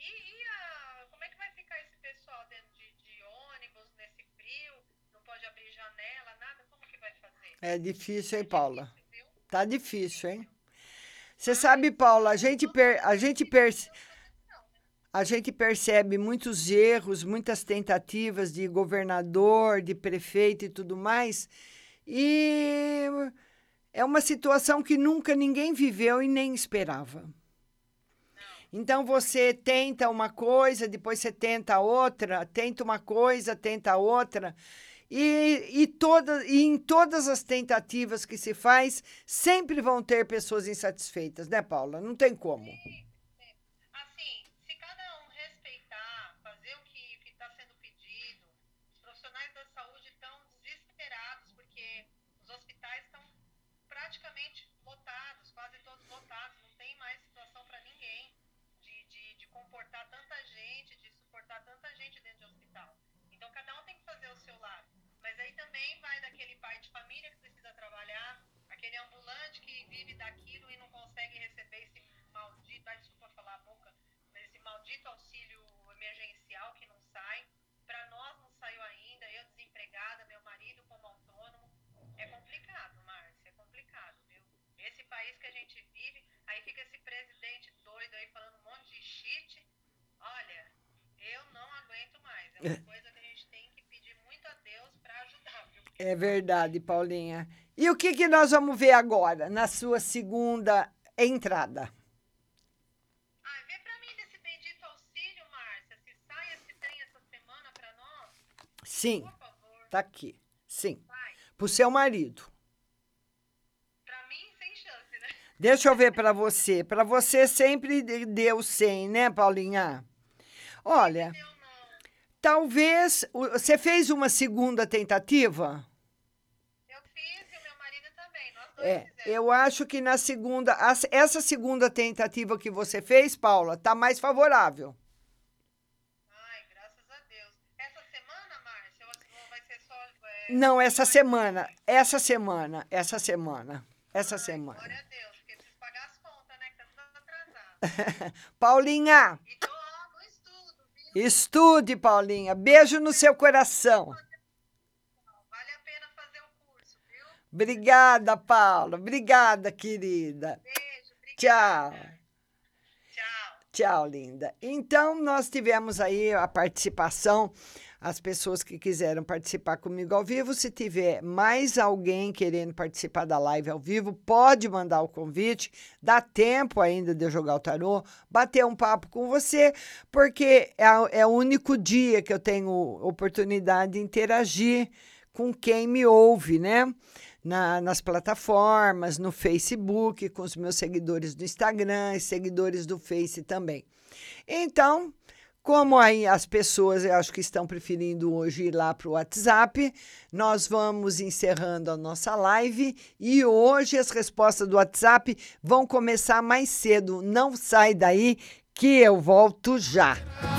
e a, como é que vai ficar esse pessoal dentro de, de ônibus, nesse frio? Não pode abrir janela, nada? Como que vai fazer? É difícil, hein, Paula? Tá difícil, hein? Você sabe, Paula, a gente, per, a, gente perce, a gente percebe muitos erros, muitas tentativas de governador, de prefeito e tudo mais, e é uma situação que nunca ninguém viveu e nem esperava. Então, você tenta uma coisa, depois você tenta outra, tenta uma coisa, tenta outra, e, e, toda, e em todas as tentativas que se faz, sempre vão ter pessoas insatisfeitas, né, Paula? Não tem como. Sim, sim. Assim, se cada um respeitar, fazer o que está sendo pedido, os profissionais da saúde estão desesperados, porque os hospitais estão praticamente lotados, quase todos lotados, não tem mais situação para ninguém de, de, de comportar tanta gente, de suportar tanta gente dentro de hospital. Então, cada um tem que fazer o seu lado. Mas aí também vai daquele pai de família que precisa trabalhar, aquele ambulante que vive daquilo e não consegue receber esse maldito, ah, desculpa falar a boca, mas esse maldito auxílio emergencial que não sai. Para nós não saiu ainda, eu desempregada, meu marido como autônomo. É complicado, Márcia, é complicado, viu? Esse país que a gente vive, aí fica esse presidente doido aí falando um monte de shit. Olha, eu não aguento mais. É uma coisa que a gente tem que pedir muito a Deus para ajudar, viu? É verdade, Paulinha. E o que, que nós vamos ver agora, na sua segunda entrada? Ah, vê pra mim desse bendito auxílio, Márcia. Se sai esse trem essa semana pra nós. Sim, por favor. tá aqui. Sim, Vai. pro seu marido. Pra mim, sem chance, né? Deixa eu ver pra você. Pra você sempre deu cem, né, Paulinha? Olha, Não, não. talvez... o- Você fez uma segunda tentativa? Eu fiz e o meu marido também. Nós dois É, fizemos. eu acho que na segunda... as- Essa segunda tentativa que você fez, Paula, tá mais favorável. Ai, graças a Deus. Essa semana, Márcia, ou vai ser só... É, Não, essa semana. Essa semana. Essa semana. Essa semana. Glória a Deus, porque preciso pagar as contas, né? Que tá tudo atrasado. Paulinha, E tô ó, no estudo, viu? estude, Paulinha. Beijo no seu coração. Vale a pena fazer o curso, viu? Obrigada, Paula. Obrigada, querida. Beijo, Tchau. obrigada. Tchau. Tchau, linda. Então, nós tivemos aí a participação, as pessoas que quiseram participar comigo ao vivo. Se tiver mais alguém querendo participar da live ao vivo, pode mandar o convite. Dá tempo ainda de eu jogar o tarô, bater um papo com você, porque é, a- é o único dia que eu tenho oportunidade de interagir com quem me ouve, né? Na- nas plataformas, no Facebook, com os meus seguidores do Instagram e seguidores do Face também. Então, como aí as pessoas, eu acho que estão preferindo hoje ir lá para o WhatsApp, nós vamos encerrando a nossa live e hoje as respostas do WhatsApp vão começar mais cedo. Não sai daí que eu volto já.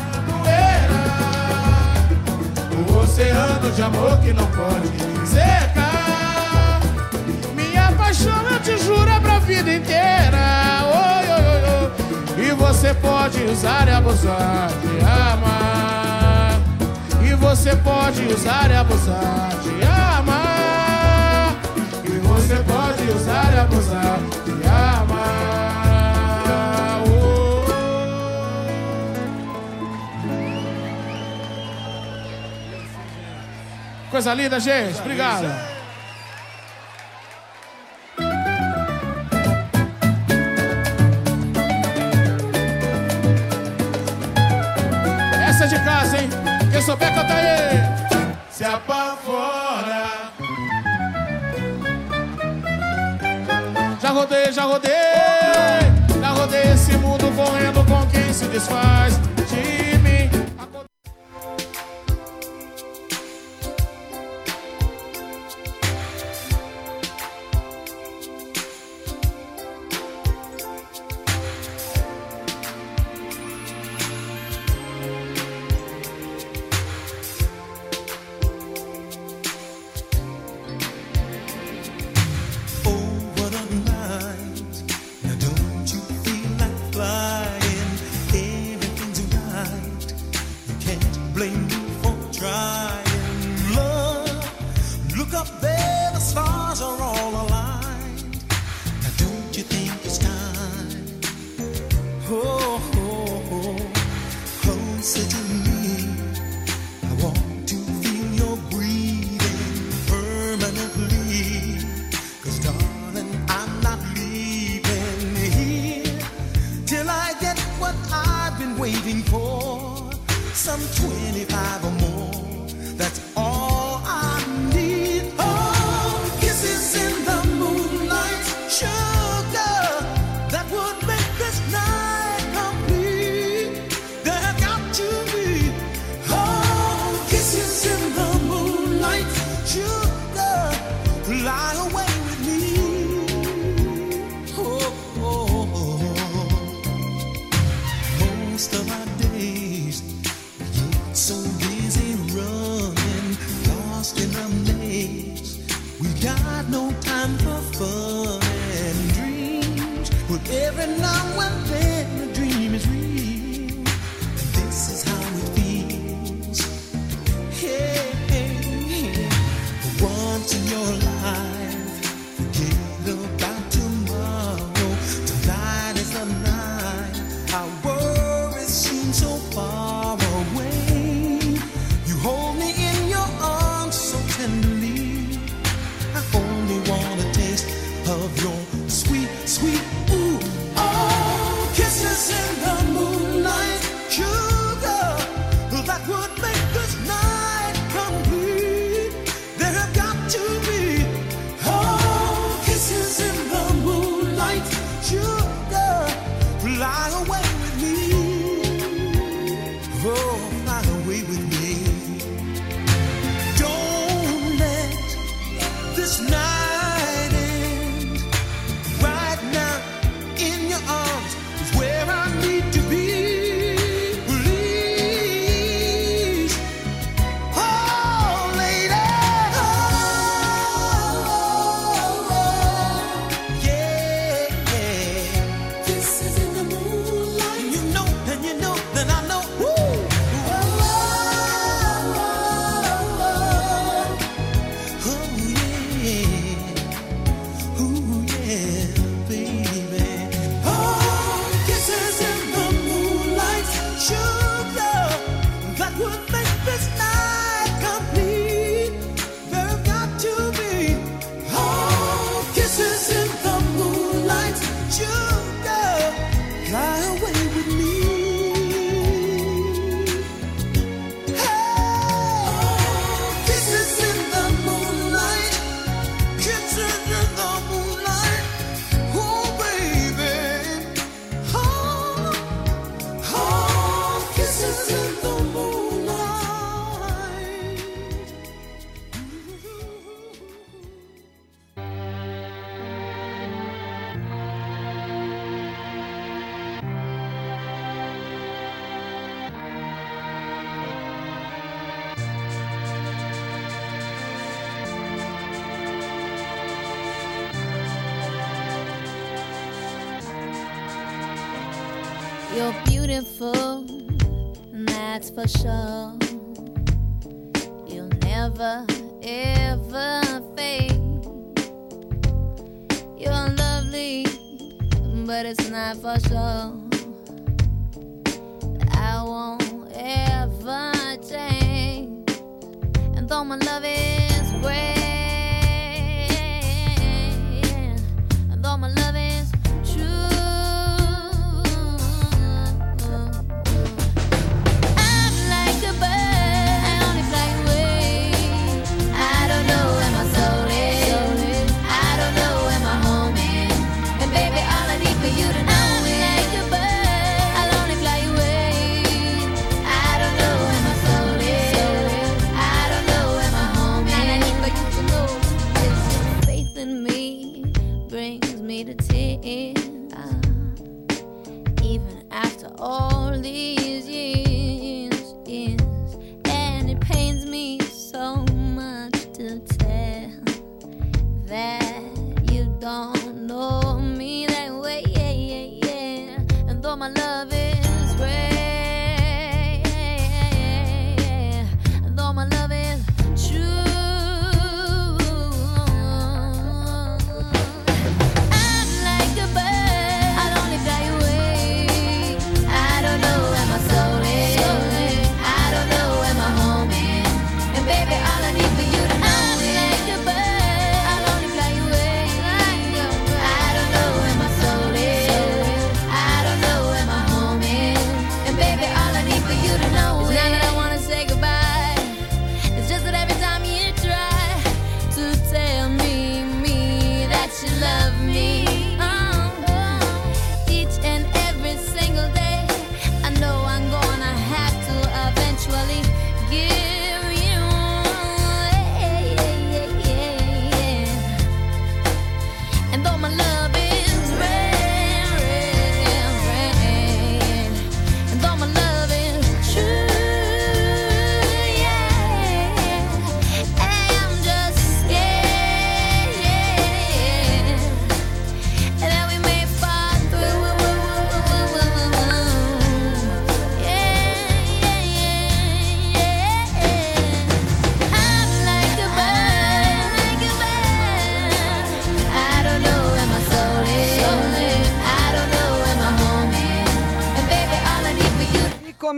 O oceano de amor que não pode secar. Minha paixão, eu te juro, é pra vida inteira. Oi, oi, oi, oi. E você pode usar e abusar de amar. E você pode usar e abusar de amar. E você pode usar e abusar de amar. Oh. Coisa linda, gente. Obrigado. Essa é de casa, hein? Quem souber, canta aí. Se apavora. Já rodei, já rodei. Já rodei esse mundo correndo com quem se desfaz de mim. Over the night, now don't you feel like flying? Everything's Every now and then a dream is real. This is how it feels. Hey, hey, hey. Once in your life, forget about tomorrow. Tonight is the night. Our worries seem so far away. You hold me in your arms so tenderly. I only want a taste of your sweet, sweet, ooh, oh, kisses in the moonlight, sugar, that would make this night complete. There have got to be, oh, kisses in the moonlight, sugar, fly away with me, oh, fly away with me. Don't let this night You're beautiful, that's for sure. You'll never, ever fade. You're lovely, but it's not for sure. I won't ever change. And though my love is great, and though my love is true, you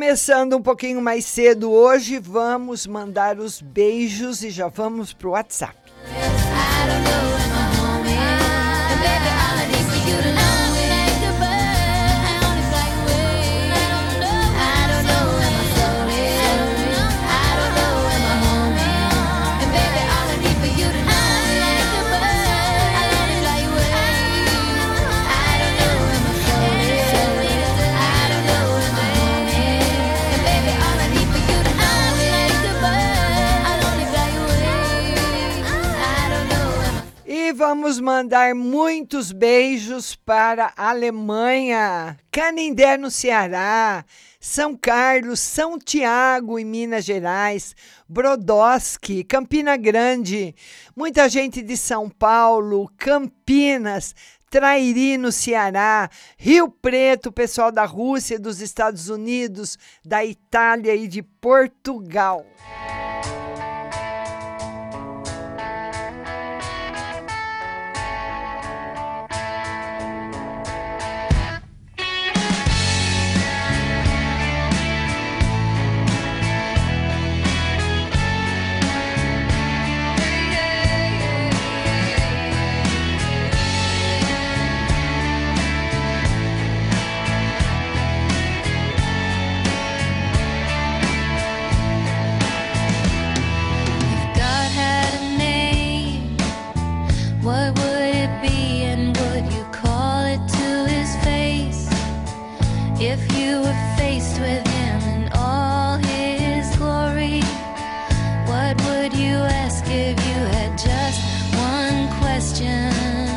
Começando um pouquinho mais cedo hoje, vamos mandar os beijos e já vamos pro WhatsApp. E vamos mandar muitos beijos para a Alemanha, Canindé no Ceará, São Carlos, São Tiago em Minas Gerais, Brodowski, Campina Grande, muita gente de São Paulo, Campinas, Trairi no Ceará, Rio Preto, pessoal da Rússia, dos Estados Unidos, da Itália e de Portugal. What would it be and would you call it to his face? If you were faced with him in all his glory, what would you ask if you had just one question?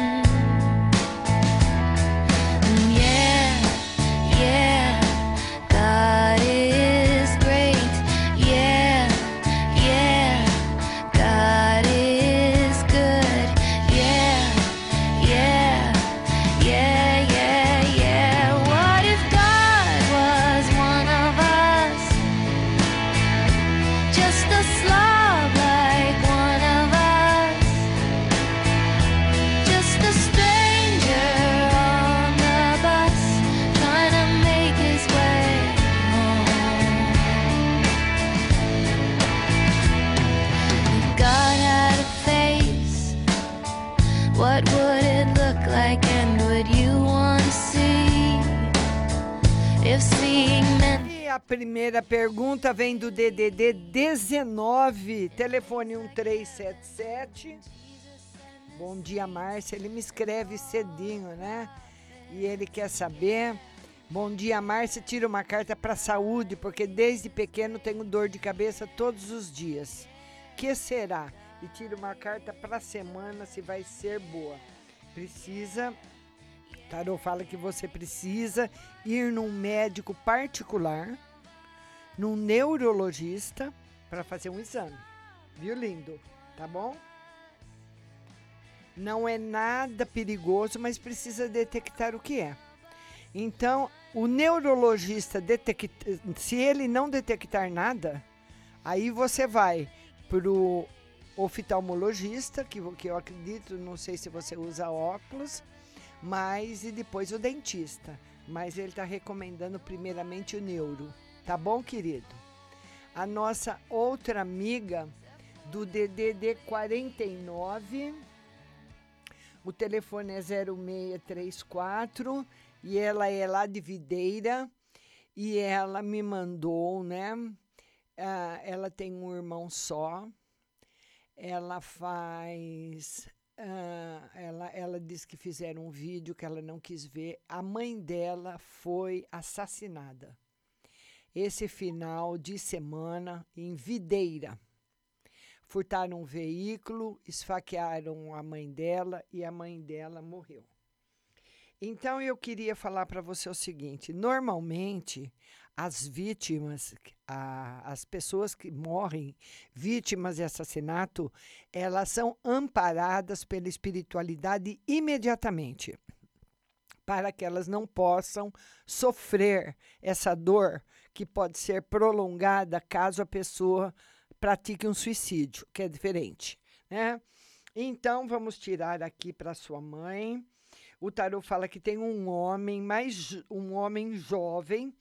And yeah, yeah, God is great. Yeah, yeah, God is good. Yeah, yeah, yeah, yeah, yeah. What if God was one of us? Just a slob like one of us. Just a stranger on the bus trying to make his way home. If God had a face, what would it look like and would you want to see? If seeing meant E a primeira pergunta vem do D D D dezenove, telefone um três sete sete. Bom dia, Márcia. Ele me escreve cedinho, né? E ele quer saber. Bom dia, Márcia. Tira uma carta para saúde, porque desde pequeno tenho dor de cabeça todos os dias. Que será? E tira uma carta para a semana se vai ser boa. Precisa. Tarô fala que você precisa ir num médico particular, num neurologista, para fazer um exame. Viu, lindo? Tá bom? Não é nada perigoso, mas precisa detectar o que é. Então, o neurologista, detecta, se ele não detectar nada, aí você vai para o oftalmologista, que, que eu acredito, não sei se você usa óculos, mas e depois o dentista. Mas ele está recomendando primeiramente o neuro. Tá bom, querido? A nossa outra amiga do D D D quarenta e nove, o telefone é zero seis três quatro e ela é lá de Videira e ela me mandou, né? Ah, ela tem um irmão só, ela faz... Ah, ela, ela disse que fizeram um vídeo que ela não quis ver. A mãe dela foi assassinada esse final de semana em Videira. Furtaram um veículo, esfaquearam a mãe dela e a mãe dela morreu. Então eu queria falar para você o seguinte: normalmente as vítimas, a, as pessoas que morrem vítimas de assassinato, elas são amparadas pela espiritualidade imediatamente, para que elas não possam sofrer essa dor que pode ser prolongada caso a pessoa pratique um suicídio, que é diferente, né? Então vamos tirar aqui para sua mãe. O tarô fala que tem um homem mais um homem jovem,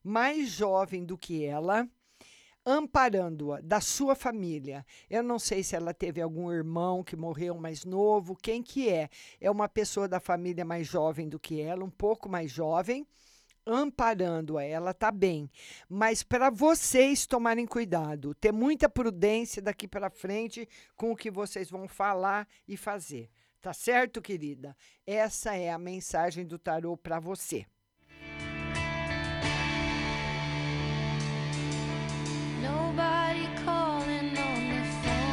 mais jovem do que ela, amparando-a, da sua família. Eu não sei se ela teve algum irmão que morreu mais novo, quem que é? É uma pessoa da família mais jovem do que ela, um pouco mais jovem, amparando-a, ela está bem. Mas para vocês tomarem cuidado, ter muita prudência daqui para frente com o que vocês vão falar e fazer. Tá certo, querida? Essa é a mensagem do tarô para você. Nobody calling on the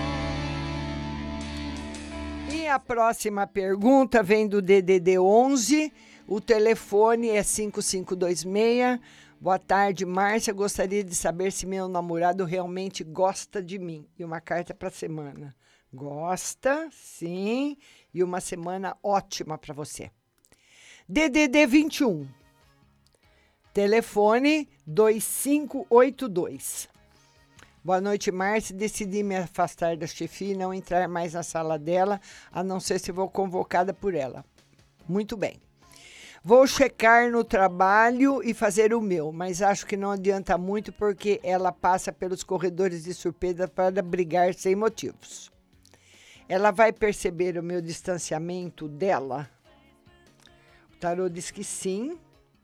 phone. E a próxima pergunta vem do D D D onze. O telefone é cinco cinco dois seis. Boa tarde, Márcia. Gostaria de saber se meu namorado realmente gosta de mim. E uma carta para a semana. Gosta, sim. E uma semana ótima para você. D D D vinte e um. Telefone dois cinco oito dois. Boa noite, Márcia. Decidi me afastar da chefia e não entrar mais na sala dela, a não ser se vou convocada por ela. Muito bem. Vou checar no trabalho e fazer o meu, mas acho que não adianta muito porque ela passa pelos corredores de surpresa para brigar sem motivos. Ela vai perceber o meu distanciamento dela? O tarô diz que sim.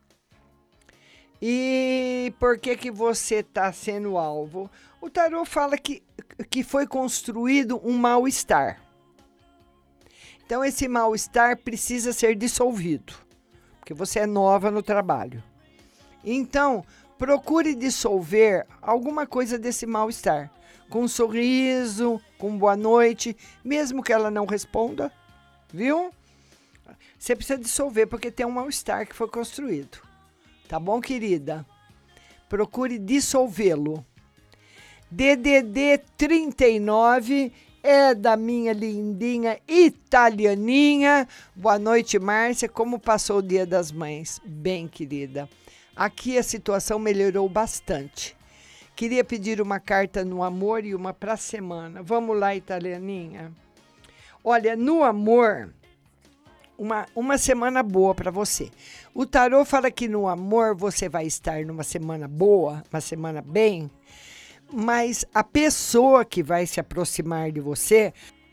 E por que que você está sendo alvo? O tarô fala que, que foi construído um mal-estar. Então, esse mal-estar precisa ser dissolvido, porque você é nova no trabalho. Então, procure dissolver alguma coisa desse mal-estar. Com um sorriso, com boa noite, mesmo que ela não responda, viu? Você precisa dissolver, porque tem um mal-estar que foi construído. Tá bom, querida? Procure dissolvê-lo. D D D trinta e nove é da minha lindinha italianinha. Boa noite, Márcia. Como passou o Dia das Mães? Bem, querida. Aqui a situação melhorou bastante. Queria pedir uma carta no amor e uma para a semana. Vamos lá, italianinha. Olha, no amor, uma, uma semana boa para você. O tarô fala que no amor você vai estar numa semana boa, uma semana bem, mas a pessoa que vai se aproximar de você,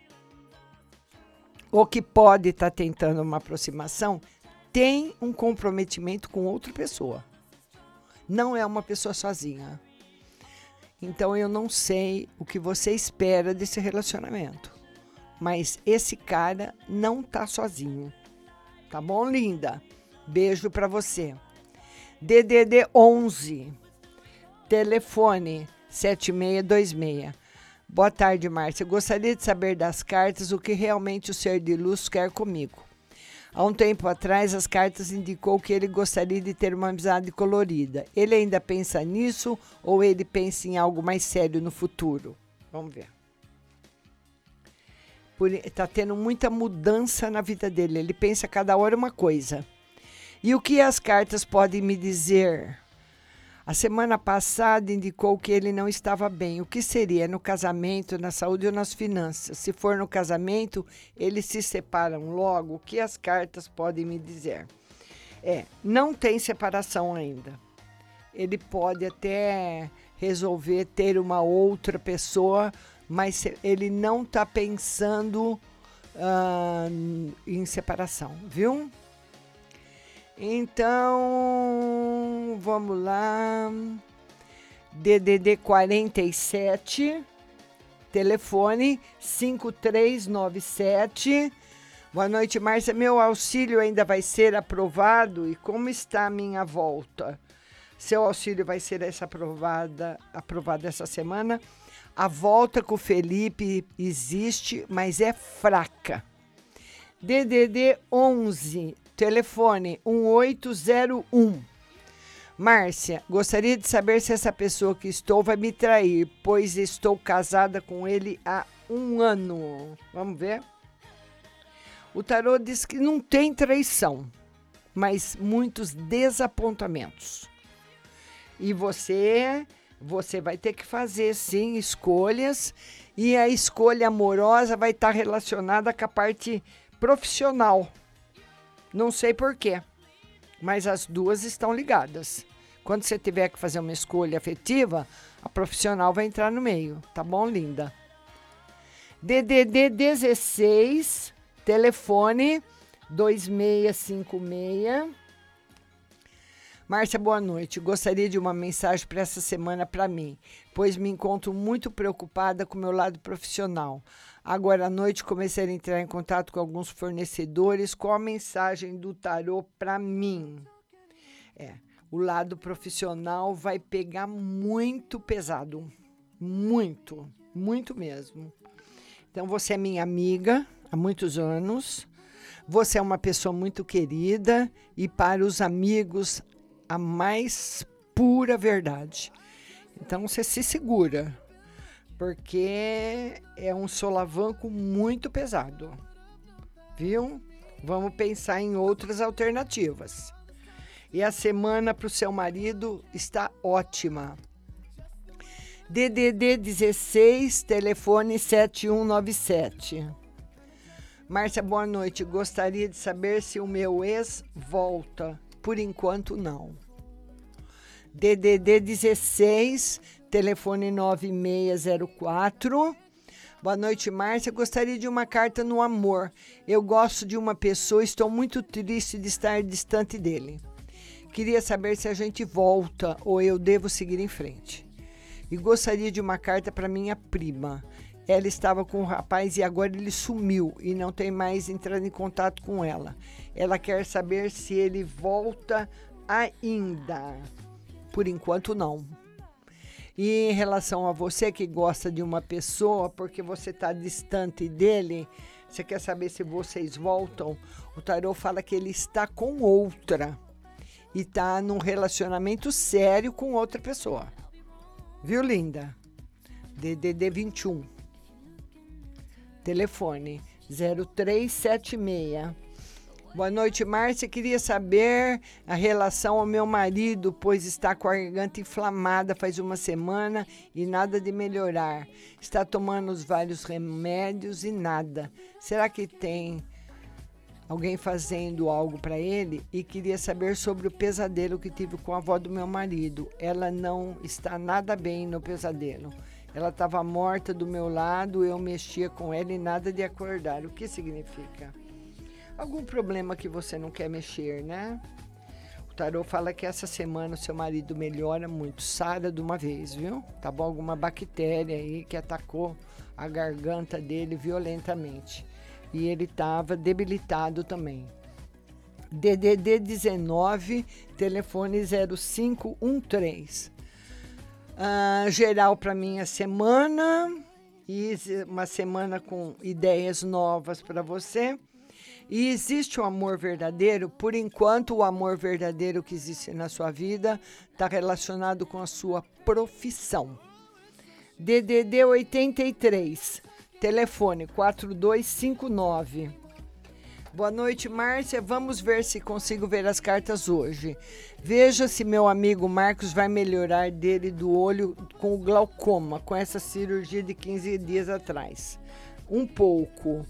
ou que pode estar tá tentando uma aproximação, tem um comprometimento com outra pessoa. Não é uma pessoa sozinha. Então, eu não sei o que você espera desse relacionamento. Mas esse cara não tá sozinho. Tá bom, linda? Beijo pra você. D D D onze. Telefone sete seis dois seis. Boa tarde, Márcia. Gostaria de saber das cartas o que realmente o ser de luz quer comigo. Há um tempo atrás, as cartas indicou que ele gostaria de ter uma amizade colorida. Ele ainda pensa nisso ou ele pensa em algo mais sério no futuro? Vamos ver. Está tendo muita mudança na vida dele. Ele pensa cada hora uma coisa. E o que as cartas podem me dizer? A semana passada indicou que ele não estava bem. O que seria? No casamento, na saúde ou nas finanças? Se for no casamento, eles se separam logo. O que as cartas podem me dizer? É, não tem separação ainda. Ele pode até resolver ter uma outra pessoa, mas ele não está pensando uh, em separação, viu? Então, vamos lá. D D D quarenta e sete, telefone cinco três nove sete. Boa noite, Márcia. Meu auxílio ainda vai ser aprovado? E como está a minha volta? Seu auxílio vai ser essa aprovada, aprovado essa semana. A volta com o Felipe existe, mas é fraca. D D D onze. Telefone um oito zero um. Márcia, gostaria de saber se essa pessoa que estou vai me trair, pois estou casada com ele há um ano. Vamos ver? O tarô diz que não tem traição, mas muitos desapontamentos. E você, você vai ter que fazer, sim, escolhas. E a escolha amorosa vai estar relacionada com a parte profissional. Não sei por quê, mas as duas estão ligadas. Quando você tiver que fazer uma escolha afetiva, a profissional vai entrar no meio. Tá bom, linda? D D D dezesseis, telefone dois seis cinco seis. Márcia, boa noite. Gostaria de uma mensagem para essa semana para mim, pois me encontro muito preocupada com o meu lado profissional. Agora à noite comecei a entrar em contato com alguns fornecedores. Qual a mensagem do tarô para mim? É, o lado profissional vai pegar muito pesado. Muito, muito mesmo. Então, você é minha amiga há muitos anos. Você é uma pessoa muito querida e para os amigos a mais pura verdade. Então, você se segura, porque é um solavanco muito pesado, viu? Vamos pensar em outras alternativas. E a semana para o seu marido está ótima. D D D dezesseis, telefone sete um nove sete. Márcia, boa noite. Gostaria de saber se o meu ex volta. Por enquanto, não. D D D dezesseis, telefone nove seis zero quatro. Boa noite, Márcia. Gostaria de uma carta no amor. Eu gosto de uma pessoa e estou muito triste de estar distante dele. Queria saber se a gente volta ou eu devo seguir em frente. E gostaria de uma carta para minha prima. Ela estava com o rapaz e agora ele sumiu e não tem mais entrado em contato com ela. Ela quer saber se ele volta ainda. Por enquanto, não. E em relação a você que gosta de uma pessoa, porque você está distante dele, você quer saber se vocês voltam? O tarô fala que ele está com outra e está num relacionamento sério com outra pessoa. Viu, linda? D D D vinte e um. Telefone zero três sete seis. Boa noite, Márcia. Queria saber a relação ao meu marido, pois está com a garganta inflamada faz uma semana e nada de melhorar. Está tomando os vários remédios e nada. Será que tem alguém fazendo algo para ele? E queria saber sobre o pesadelo que tive com a avó do meu marido. Ela não está nada bem no pesadelo. Ela estava morta do meu lado, eu mexia com ela e nada de acordar. O que significa? Algum problema que você não quer mexer, né? O tarô fala que essa semana o seu marido melhora muito, sara de uma vez, viu? Tá bom? Alguma bactéria aí que atacou a garganta dele violentamente. E ele estava debilitado também. D D D dezenove, telefone zero cinco um três. Uh, geral para minha semana, e uma semana com ideias novas para você. E existe o amor verdadeiro? Por enquanto, o amor verdadeiro que existe na sua vida está relacionado com a sua profissão. D D D oitenta e três, telefone quatro dois cinco nove. Boa noite, Márcia. Vamos ver se consigo ver as cartas hoje. Veja se meu amigo Marcos vai melhorar dele do olho com o glaucoma, com essa cirurgia de quinze dias atrás. Um pouco,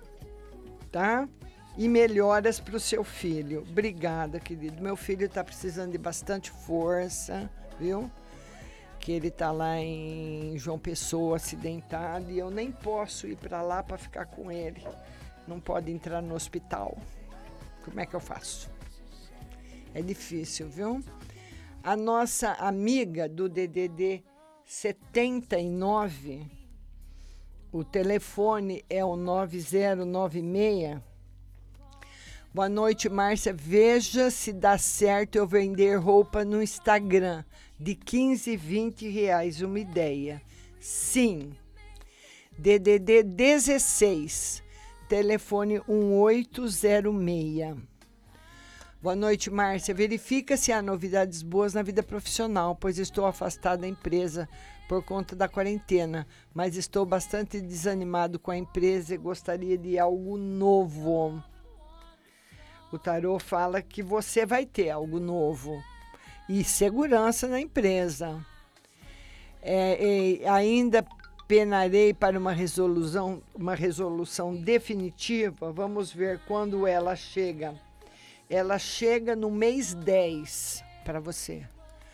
tá? E melhoras para o seu filho. Obrigada, querido. Meu filho está precisando de bastante força, viu? Que ele está lá em João Pessoa, acidentado, e eu nem posso ir para lá para ficar com ele. Não pode entrar no hospital. Como é que eu faço? É difícil, viu? A nossa amiga do D D D setenta e nove, o telefone é o nove zero nove seis. Boa noite, Márcia. Veja se dá certo eu vender roupa no Instagram de quinze, vinte reais. Uma ideia. Sim. D D D dezesseis. Telefone um oito zero seis. Boa noite, Márcia. Verifica se há novidades boas na vida profissional, pois estou afastada da empresa por conta da quarentena, mas estou bastante desanimado com a empresa e gostaria de algo novo. O tarô fala que você vai ter algo novo e segurança na empresa. É, é, ainda penarei para uma resolução, uma resolução definitiva. Vamos ver quando ela chega. Ela chega no mês dez para você.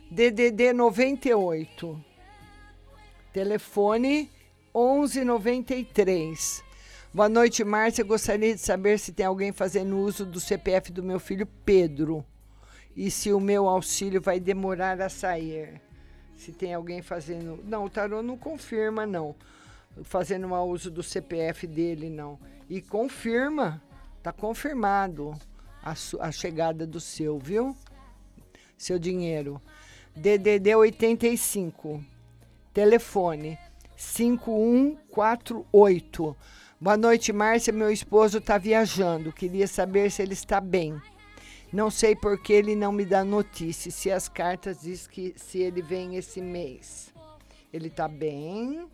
D D D noventa e oito. Telefone onze noventa e três. Boa noite, Márcia. Gostaria de saber se tem alguém fazendo uso do C P F do meu filho Pedro. E se o meu auxílio vai demorar a sair. Se tem alguém fazendo... Não, o tarô não confirma, não. Fazendo mau uso do C P F dele, não. E confirma. Tá confirmado a, a chegada do seu, viu? Seu dinheiro. D D D oitenta e cinco. Telefone cinco um quatro oito. Boa noite, Márcia. Meu esposo está viajando. Queria saber se ele está bem. Não sei por que ele não me dá notícia. Se as cartas diz que se ele vem esse mês. Ele está bem.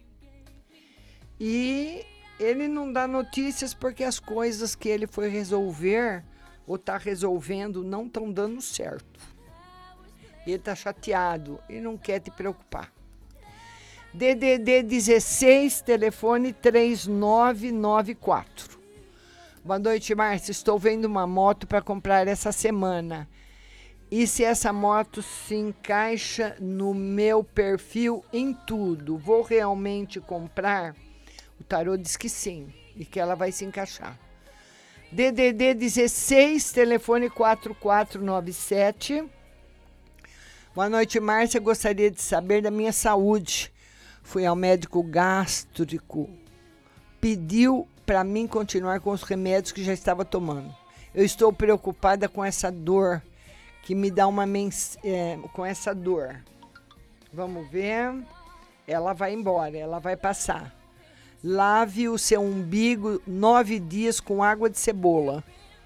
E ele não dá notícias porque as coisas que ele foi resolver ou está resolvendo não estão dando certo. Ele está chateado e não quer te preocupar. D D D dezesseis, telefone três nove nove quatro. Boa noite, Márcia. Estou vendo uma moto para comprar essa semana. E se essa moto se encaixa no meu perfil em tudo, vou realmente comprar? O tarô diz que sim, e que ela vai se encaixar. D D D dezesseis, telefone quatro quatro nove sete. Boa noite, Márcia. Gostaria de saber da minha saúde. Fui ao médico gástrico. Pediu para mim continuar com os remédios que já estava tomando. Eu estou preocupada com essa dor, que me dá uma mens... É, com essa dor. Vamos ver. Ela vai embora, ela vai passar. Lave o seu umbigo nove dias com água de cebola.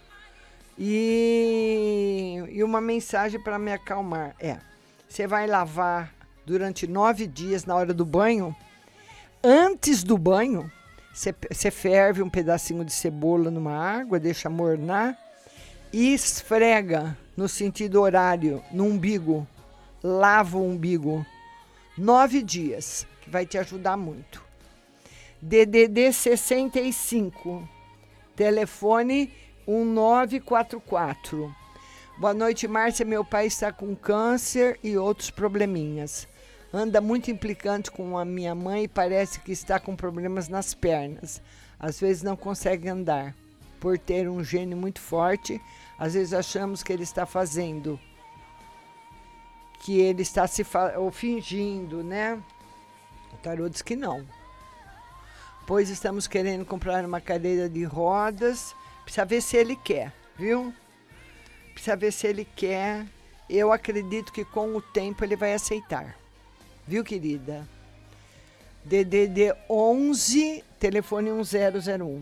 E, e uma mensagem para me acalmar. É, você vai lavar durante nove dias na hora do banho. Antes do banho, você ferve um pedacinho de cebola numa água, deixa mornar e esfrega no sentido horário, no umbigo. Lava o umbigo. Nove dias, que vai te ajudar muito. D D D sessenta e cinco. Telefone um nove quatro quatro. Boa noite, Márcia. Meu pai está com câncer e outros probleminhas. Anda muito implicante com a minha mãe e parece que está com problemas nas pernas. Às vezes não consegue andar. Por ter um gene muito forte, às vezes achamos que ele está fazendo, que ele está se fa- ou fingindo, né? O tarô diz que não. Pois estamos querendo comprar uma cadeira de rodas. Precisa ver se ele quer, viu? Precisa ver se ele quer. Eu acredito que com o tempo ele vai aceitar. Viu, querida? D D D onze, telefone um zero zero um.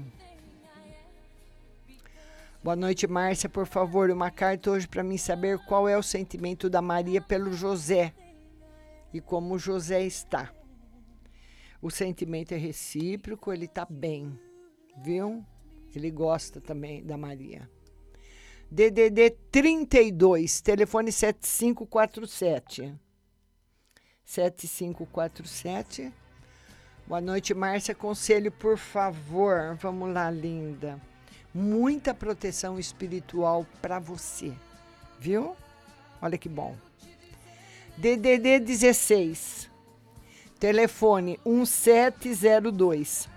Boa noite, Márcia. Por favor, uma carta hoje para mim saber qual é o sentimento da Maria pelo José e como o José está. O sentimento é recíproco, ele está bem, viu? Ele gosta também da Maria. D D D trinta e dois, telefone sete cinco quatro sete. sete cinco quatro sete. Boa noite, Márcia. Conselho, por favor. Vamos lá, linda. Muita proteção espiritual para você, viu? Olha que bom. D D D dezesseis. Telefone um sete zero dois.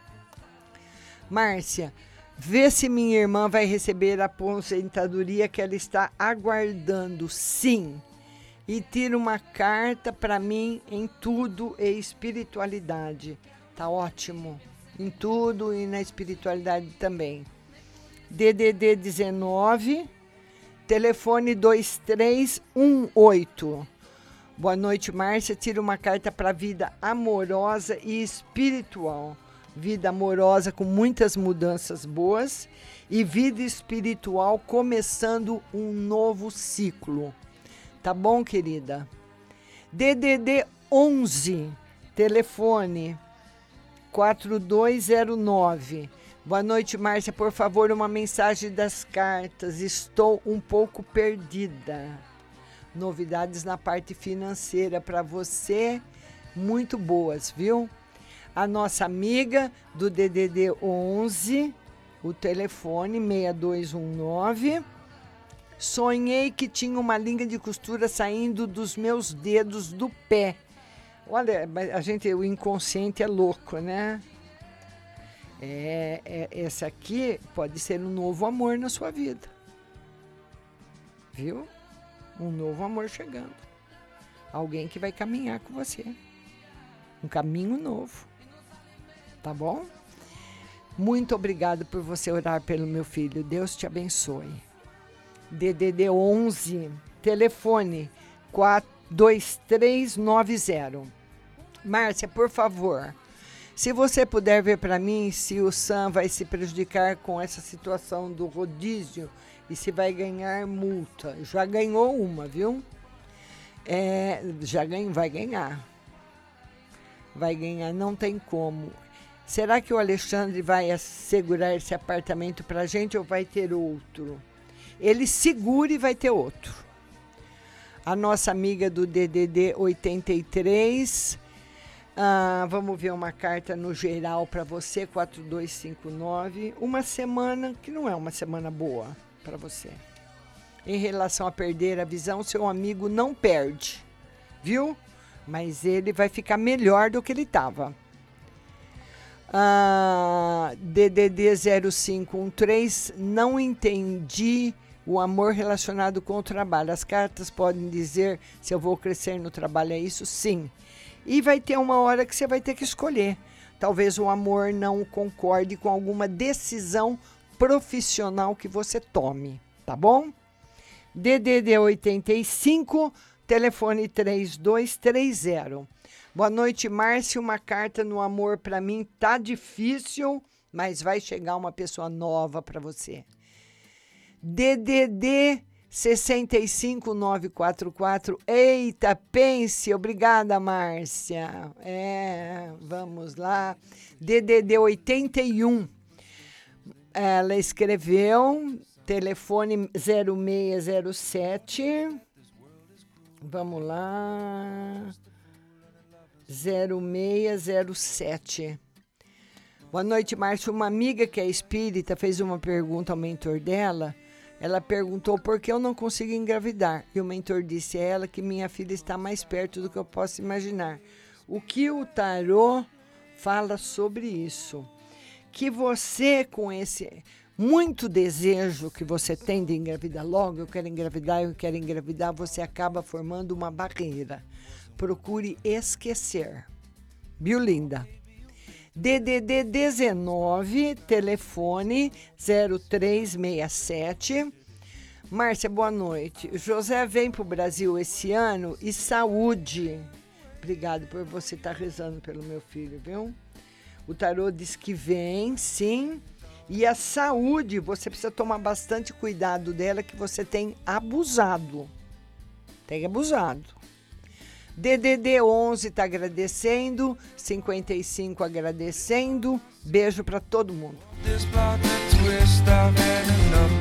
Márcia, vê se minha irmã vai receber a aposentadoria que ela está aguardando. Sim. E tira uma carta para mim em tudo e espiritualidade. Tá ótimo. Em tudo e na espiritualidade também. D D D dezenove, telefone dois três um oito. Boa noite, Márcia. Tira uma carta para vida amorosa e espiritual. Vida amorosa com muitas mudanças boas e vida espiritual começando um novo ciclo. Tá bom, querida? D D D onze, telefone quatro dois zero nove. Boa noite, Márcia. Por favor, uma mensagem das cartas. Estou um pouco perdida. Novidades na parte financeira para você, muito boas, viu? A nossa amiga do D D D onze, o telefone seis dois um nove. Sonhei que tinha uma linha de costura saindo dos meus dedos do pé. Olha, a gente, o inconsciente é louco, né? É, é, esse aqui pode ser um novo amor na sua vida. Viu? Um novo amor chegando. Alguém que vai caminhar com você. Um caminho novo. Tá bom? Muito obrigado por você orar pelo meu filho. Deus te abençoe. D D D onze, telefone quatro dois três nove zero. Márcia, por favor, se você puder ver para mim se o Sam vai se prejudicar com essa situação do rodízio e se vai ganhar multa. Já ganhou uma, viu? É, já ganha, vai ganhar. Vai ganhar, não tem como. Será que o Alexandre vai assegurar esse apartamento para a gente ou vai ter outro? Ele segura e vai ter outro. A nossa amiga do D D D oitenta e três, ah, vamos ver uma carta no geral para você, quatro dois cinco nove. Uma semana que não é uma semana boa para você. Em relação a perder a visão, seu amigo não perde, viu? Mas ele vai ficar melhor do que ele estava. Ah, D D D zero cinco um três, não entendi o amor relacionado com o trabalho. As cartas podem dizer se eu vou crescer no trabalho, é isso? Sim. E vai ter uma hora que você vai ter que escolher. Talvez o amor não concorde com alguma decisão profissional que você tome, tá bom? D D D oitenta e cinco, telefone três dois três zero. Boa noite, Márcia. Uma carta no amor para mim tá difícil, mas vai chegar uma pessoa nova para você. D D D seis cinco nove quatro quatro. Eita, pense. Obrigada, Márcia. É, vamos lá. D D D oitenta e um. Ela escreveu telefone zero seis zero sete. Vamos lá. zero seis zero sete. Boa noite, Márcia. Uma amiga que é espírita fez uma pergunta ao mentor dela. Ela perguntou por que eu não consigo engravidar. E o mentor disse a ela que minha filha está mais perto do que eu posso imaginar. O que o tarô fala sobre isso? Que você, com esse muito desejo que você tem de engravidar logo, eu quero engravidar, eu quero engravidar, você acaba formando uma barreira. Procure esquecer. Viu, linda? D D D dezenove, telefone zero três seis sete. Márcia, boa noite. José vem para o Brasil esse ano e saúde. Obrigado por você estar rezando pelo meu filho, viu? O tarô diz que vem, sim. E a saúde, você precisa tomar bastante cuidado dela, que você tem abusado. Tem abusado. D D D onze está agradecendo, cinquenta e cinco agradecendo. Beijo para todo mundo.